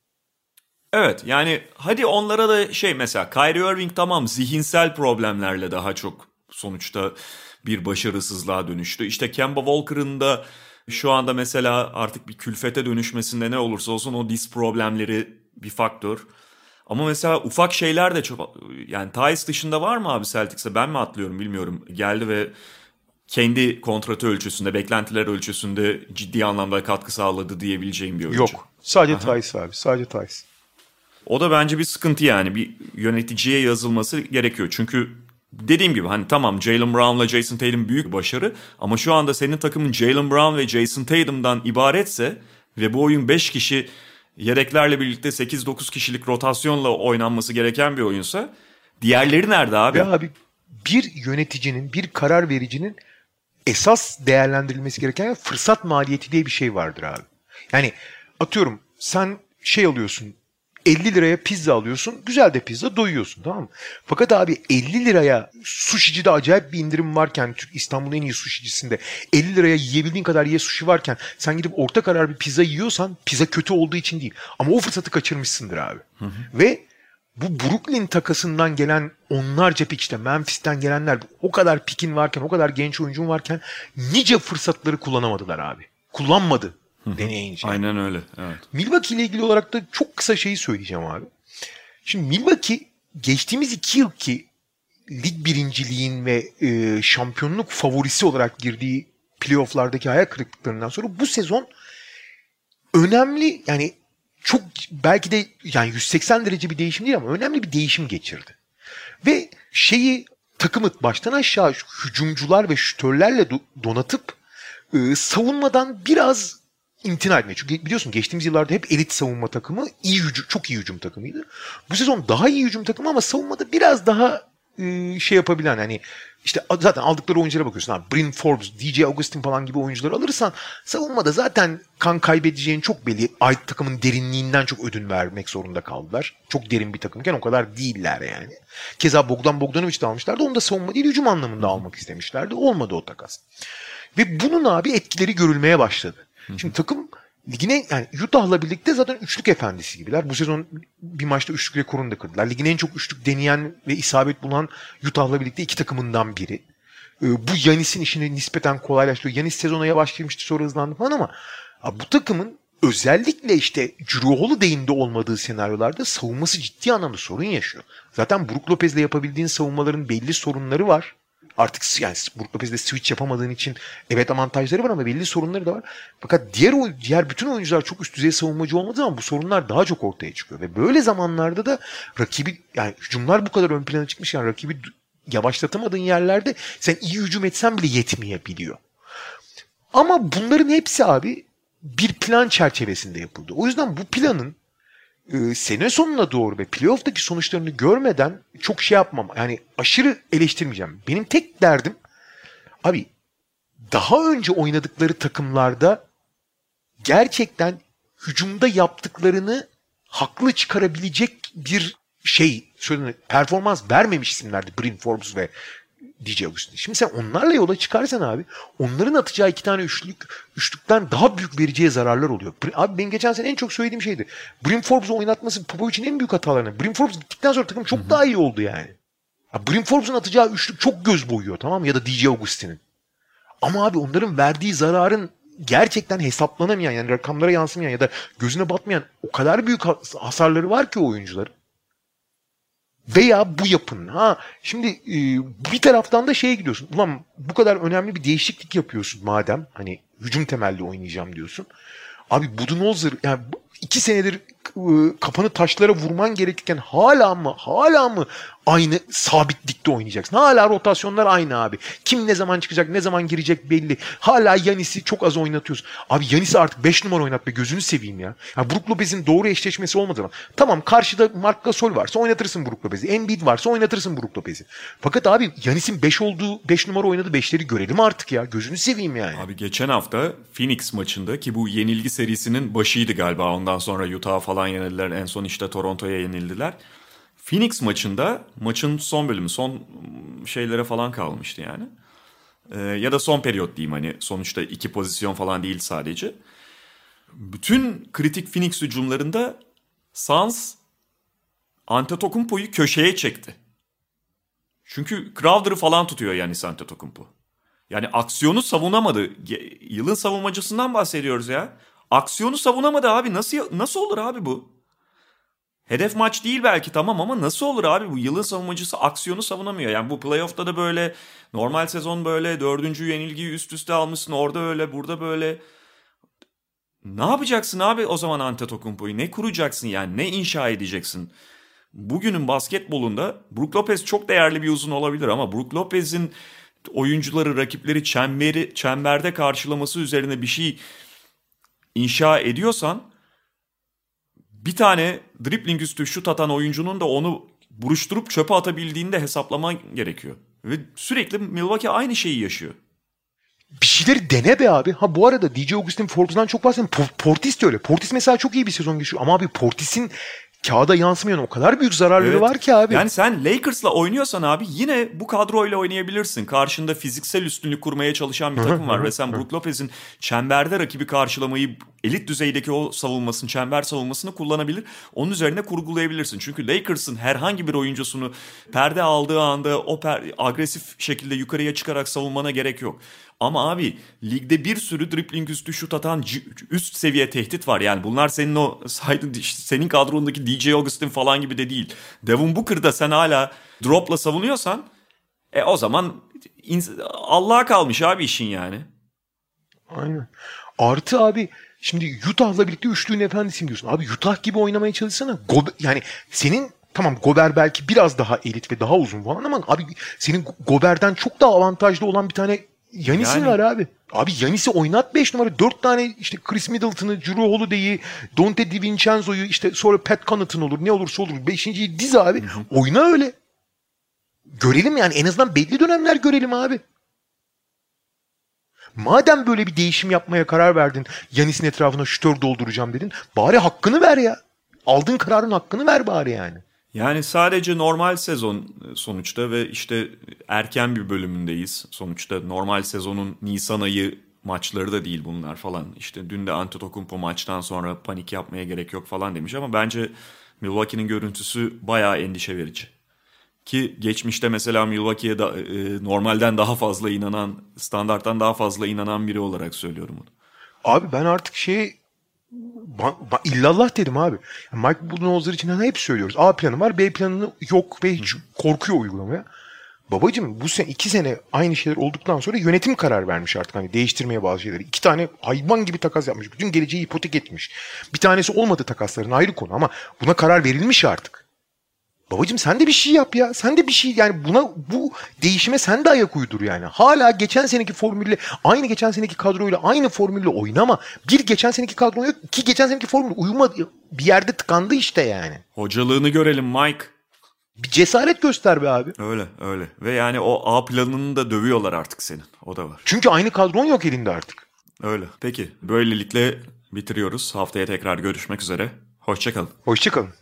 Evet yani hadi onlara da mesela Kyrie Irving tamam zihinsel problemlerle daha çok sonuçta bir başarısızlığa dönüştü. İşte Kemba Walker'ın da şu anda mesela artık bir külfete dönüşmesinde ne olursa olsun o diz problemleri bir faktör. Ama mesela ufak şeyler de çok yani Theis dışında var mı abi Celtics'e ben mi atlıyorum bilmiyorum. Geldi ve kendi kontratı ölçüsünde, beklentiler ölçüsünde ciddi anlamda katkı sağladı diyebileceğim bir oyuncu. Yok sadece Theis abi sadece Theis. O da bence bir sıkıntı yani bir yöneticiye yazılması gerekiyor. Çünkü dediğim gibi hani tamam Jaylen Brown'la Jason Tatum büyük başarı ama şu anda senin takımın Jaylen Brown ve Jason Tatum'dan ibaretse ve bu oyun 5 kişi yedeklerle birlikte 8-9 kişilik rotasyonla oynanması gereken bir oyunsa diğerleri nerede abi? Ya abi bir yöneticinin, bir karar vericinin esas değerlendirilmesi gereken fırsat maliyeti diye bir şey vardır abi. Yani atıyorum sen alıyorsun 50 liraya pizza alıyorsun. Güzel de pizza doyuyorsun tamam mı? Fakat abi 50 liraya sushi'cide acayip bir indirim varken İstanbul'un en iyi sushi'cisinde 50 liraya yiyebildiğin kadar sushi varken sen gidip orta karar bir pizza yiyorsan pizza kötü olduğu için değil. Ama o fırsatı kaçırmışsındır abi. Hı hı. Ve bu Brooklyn takasından gelen onlarca pik işte Memphis'ten gelenler o kadar pikin varken o kadar genç oyuncun varken nice fırsatları kullanamadılar abi. Kullanmadı. Deneyince. Aynen öyle. Evet. Milwaukee ile ilgili olarak da çok kısa şeyi söyleyeceğim abi. Şimdi Milwaukee geçtiğimiz 2 yılki lig birinciliğin ve şampiyonluk favorisi olarak girdiği playoff'lardaki hayal kırıklıklarından sonra bu sezon önemli yani çok belki de yani 180 derece bir değişim değil ama önemli bir değişim geçirdi. Ve takımı baştan aşağı hücumcular ve şütörlerle donatıp savunmadan biraz imtina etmeye. Çünkü biliyorsun geçtiğimiz yıllarda hep elit savunma takımı, çok iyi hücum takımıydı. Bu sezon daha iyi hücum takımı ama savunmada biraz daha şey yapabilen, hani işte zaten aldıkları oyunculara bakıyorsun abi. Bryn Forbes, DJ Augustin falan gibi oyuncuları alırsan savunmada zaten kan kaybedeceğin çok belli. Ait takımın derinliğinden çok ödün vermek zorunda kaldılar. Çok derin bir takımken o kadar değiller yani. Keza Bogdanovic de almışlardı. Onu da savunma değil hücum anlamında almak istemişlerdi. Olmadı o takas. Ve bunun abi etkileri görülmeye başladı. Şimdi takım ligine, yani Utah'la birlikte zaten üçlük efendisi gibiler. Bu sezon bir maçta üçlük rekorunu da kırdılar. Ligin en çok üçlük deneyen ve isabet bulan Utah'la birlikte iki takımından biri. Bu Giannis'in işini nispeten kolaylaştırıyor. Giannis sezona yavaş girmişti, sonra hızlandı falan ama bu takımın özellikle işte Jrue Holiday'in olmadığı senaryolarda savunması ciddi anlamda sorun yaşıyor. Zaten Brook Lopez'le yapabildiğin savunmaların belli sorunları var. Artık yani Brook Lopez'le switch yapamadığın için evet avantajları var ama belli sorunları da var. Fakat diğer bütün oyuncular çok üst düzey savunmacı olmadığı zaman bu sorunlar daha çok ortaya çıkıyor. Ve böyle zamanlarda da rakibi, yani hücumlar bu kadar ön plana çıkmışken rakibi yavaşlatamadığın yerlerde sen iyi hücum etsen bile yetmeyebiliyor. Ama bunların hepsi abi bir plan çerçevesinde yapıldı. O yüzden bu planın sene sonuna doğru ve playoff'taki sonuçlarını görmeden çok şey yapmam. Yani aşırı eleştirmeyeceğim. Benim tek derdim abi, daha önce oynadıkları takımlarda gerçekten hücumda yaptıklarını haklı çıkarabilecek bir performans vermemiş isimlerdi Bryn Forbes ve DJ Augustin. Şimdi sen onlarla yola çıkarsan abi, onların atacağı 2 tane üçlükten daha büyük vereceği zararlar oluyor. Abi benim geçen sene en çok söylediğim şeydi. Bryn Forbes'u oynatması Popovic'in en büyük hatalarından. Bryn Forbes gittikten sonra takım çok daha iyi oldu yani. Bryn Forbes'un atacağı üçlük çok göz boyuyor, tamam mı? Ya da DJ Augustin'in. Ama abi onların verdiği zararın gerçekten hesaplanamayan, yani rakamlara yansımayan ya da gözüne batmayan o kadar büyük hasarları var ki o oyuncuların. Veya bu yapının. Şimdi bir taraftan da şeye gidiyorsun. Ulan bu kadar önemli bir değişiklik yapıyorsun madem. Hani hücum temelli oynayacağım diyorsun. Abi Budenholzer, yani 2 senedir kafanı taşlara vurman gerekirken hala mı aynı sabitlikte oynayacaksın? Hala rotasyonlar aynı abi. Kim ne zaman çıkacak, ne zaman girecek belli. Hala Giannis'i çok az oynatıyorsun. Abi Giannis'i artık 5 numara oynat be, gözünü seveyim ya. Brook Lopez'in doğru eşleşmesi olmadığı zaman. Tamam, karşıda Marc Gasol varsa oynatırsın Brook Lopez'i. Embiid varsa oynatırsın Brook Lopez'i. Fakat abi Giannis'in 5 numara oynadığı 5'leri görelim artık ya. Gözünü seveyim yani. Abi geçen hafta Phoenix maçında, ki bu yenilgi serisinin başıydı galiba. Ondan sonra Utah'a falan yenildiler. En son işte Toronto'ya yenildiler. Phoenix maçında, maçın son bölümü, son şeylere falan kalmıştı yani. Ya da son periyot diyeyim, hani sonuçta 2 pozisyon falan değil sadece. Bütün kritik Phoenix hücumlarında Suns Antetokounmpo'yu köşeye çekti. Çünkü Crowder'ı falan tutuyor yani Antetokounmpo. Yani aksiyonu savunamadı. Yılın savunmacısından bahsediyoruz ya. Aksiyonu savunamadı abi. Nasıl olur abi bu? Hedef maç değil belki, tamam, ama nasıl olur abi bu? Yılın savunmacısı aksiyonu savunamıyor. Yani bu playoff'ta da böyle, normal sezon böyle, 4. yenilgiyi üst üste almışsın, orada öyle, burada böyle. Ne yapacaksın abi o zaman Antetokounmpo'yu? Ne kuracaksın yani? Ne inşa edeceksin? Bugünün basketbolunda Brook Lopez çok değerli bir uzun olabilir ama Brook Lopez'in oyuncuları, rakipleri çemberde karşılaması üzerine bir şey inşa ediyorsan, bir tane dribbling üstü şut atan oyuncunun da onu buruşturup çöpe atabildiğini de hesaplaman gerekiyor. Ve sürekli Milwaukee aynı şeyi yaşıyor. Bir şeyleri dene be abi. Bu arada DJ Augustin Forbes'dan çok bahsediyorum. Portis de öyle. Portis mesela çok iyi bir sezon geçiyor. Ama abi Portis'in kağıda yansımayan o kadar büyük zararları var ki abi. Yani sen Lakers'la oynuyorsan abi yine bu kadroyla oynayabilirsin. Karşında fiziksel üstünlük kurmaya çalışan bir takım var. Ve sen Brook Lopez'in çemberde rakibi karşılamayı, elit düzeydeki o savunmasını, çember savunmasını kullanabilir. Onun üzerine kurgulayabilirsin. Çünkü Lakers'ın herhangi bir oyuncusunu perde aldığı anda agresif şekilde yukarıya çıkarak savunmana gerek yok. Ama abi ligde bir sürü dribbling üstü şut atan üst seviye tehdit var. Yani bunlar senin kadrondaki DJ Augustin falan gibi de değil. Devin Booker'da sen hala dropla savunuyorsan o zaman Allah'a kalmış abi işin yani. Aynen. Artı abi şimdi Utah'la birlikte üçlüğün efendisiyim diyorsun. Abi Utah gibi oynamaya çalışsana. Yani senin tamam Gobert belki biraz daha elit ve daha uzun falan ama abi senin Gobert'ten çok daha avantajlı olan bir tane Yanis'in Yani- var abi. Abi Yanis'i oynat 5 numara. 4 tane işte Chris Middleton'ı, Jrue Holiday'i, Dante DiVincenzo'yu, işte sonra Pat Connaughton olur. Ne olursa olur. 5.'yi diz abi. Oyna öyle. Görelim yani. En azından belli dönemler görelim abi. Madem böyle bir değişim yapmaya karar verdin, Yanis'in etrafına şütör dolduracağım dedin, bari hakkını ver ya. Aldığın kararın hakkını ver bari yani. Yani sadece normal sezon sonuçta ve işte erken bir bölümündeyiz. Sonuçta normal sezonun Nisan ayı maçları da değil bunlar falan. İşte dün de Antetokounmpo maçtan sonra panik yapmaya gerek yok falan demiş ama bence Milwaukee'nin görüntüsü bayağı endişe verici. Ki geçmişte mesela Milwaukee'ye da, normalden daha fazla inanan, standarttan daha fazla inanan biri olarak söylüyorum bunu. Abi ben artık illallah dedim abi. Mike Budenholzer için hep söylüyoruz. A planı var, B planı yok ve hiç korkuyor uygulamaya. Babacım bu sene 2 sene aynı şeyler olduktan sonra yönetim karar vermiş artık hani değiştirmeye bazı şeyleri. 2 tane hayvan gibi takas yapmış. Bütün geleceği ipotek etmiş. Bir tanesi olmadı takasların ayrı konu ama buna karar verilmiş artık. Babacım sen de bir şey yap ya. Sen de bir şey yani bu değişime sen de ayak uydur yani. Hala geçen seneki formülle aynı geçen seneki kadroyla aynı formülle oynama. Bir geçen seneki kadro yok. İki geçen seneki formülle uyumadı. Bir yerde tıkandı işte yani. Hocalığını görelim Mike. Bir cesaret göster be abi. Öyle. Ve yani o A planını da dövüyorlar artık senin. O da var. Çünkü aynı kadron yok elinde artık. Öyle. Peki böylelikle bitiriyoruz. Haftaya tekrar görüşmek üzere. Hoşça kalın. Hoşça kalın.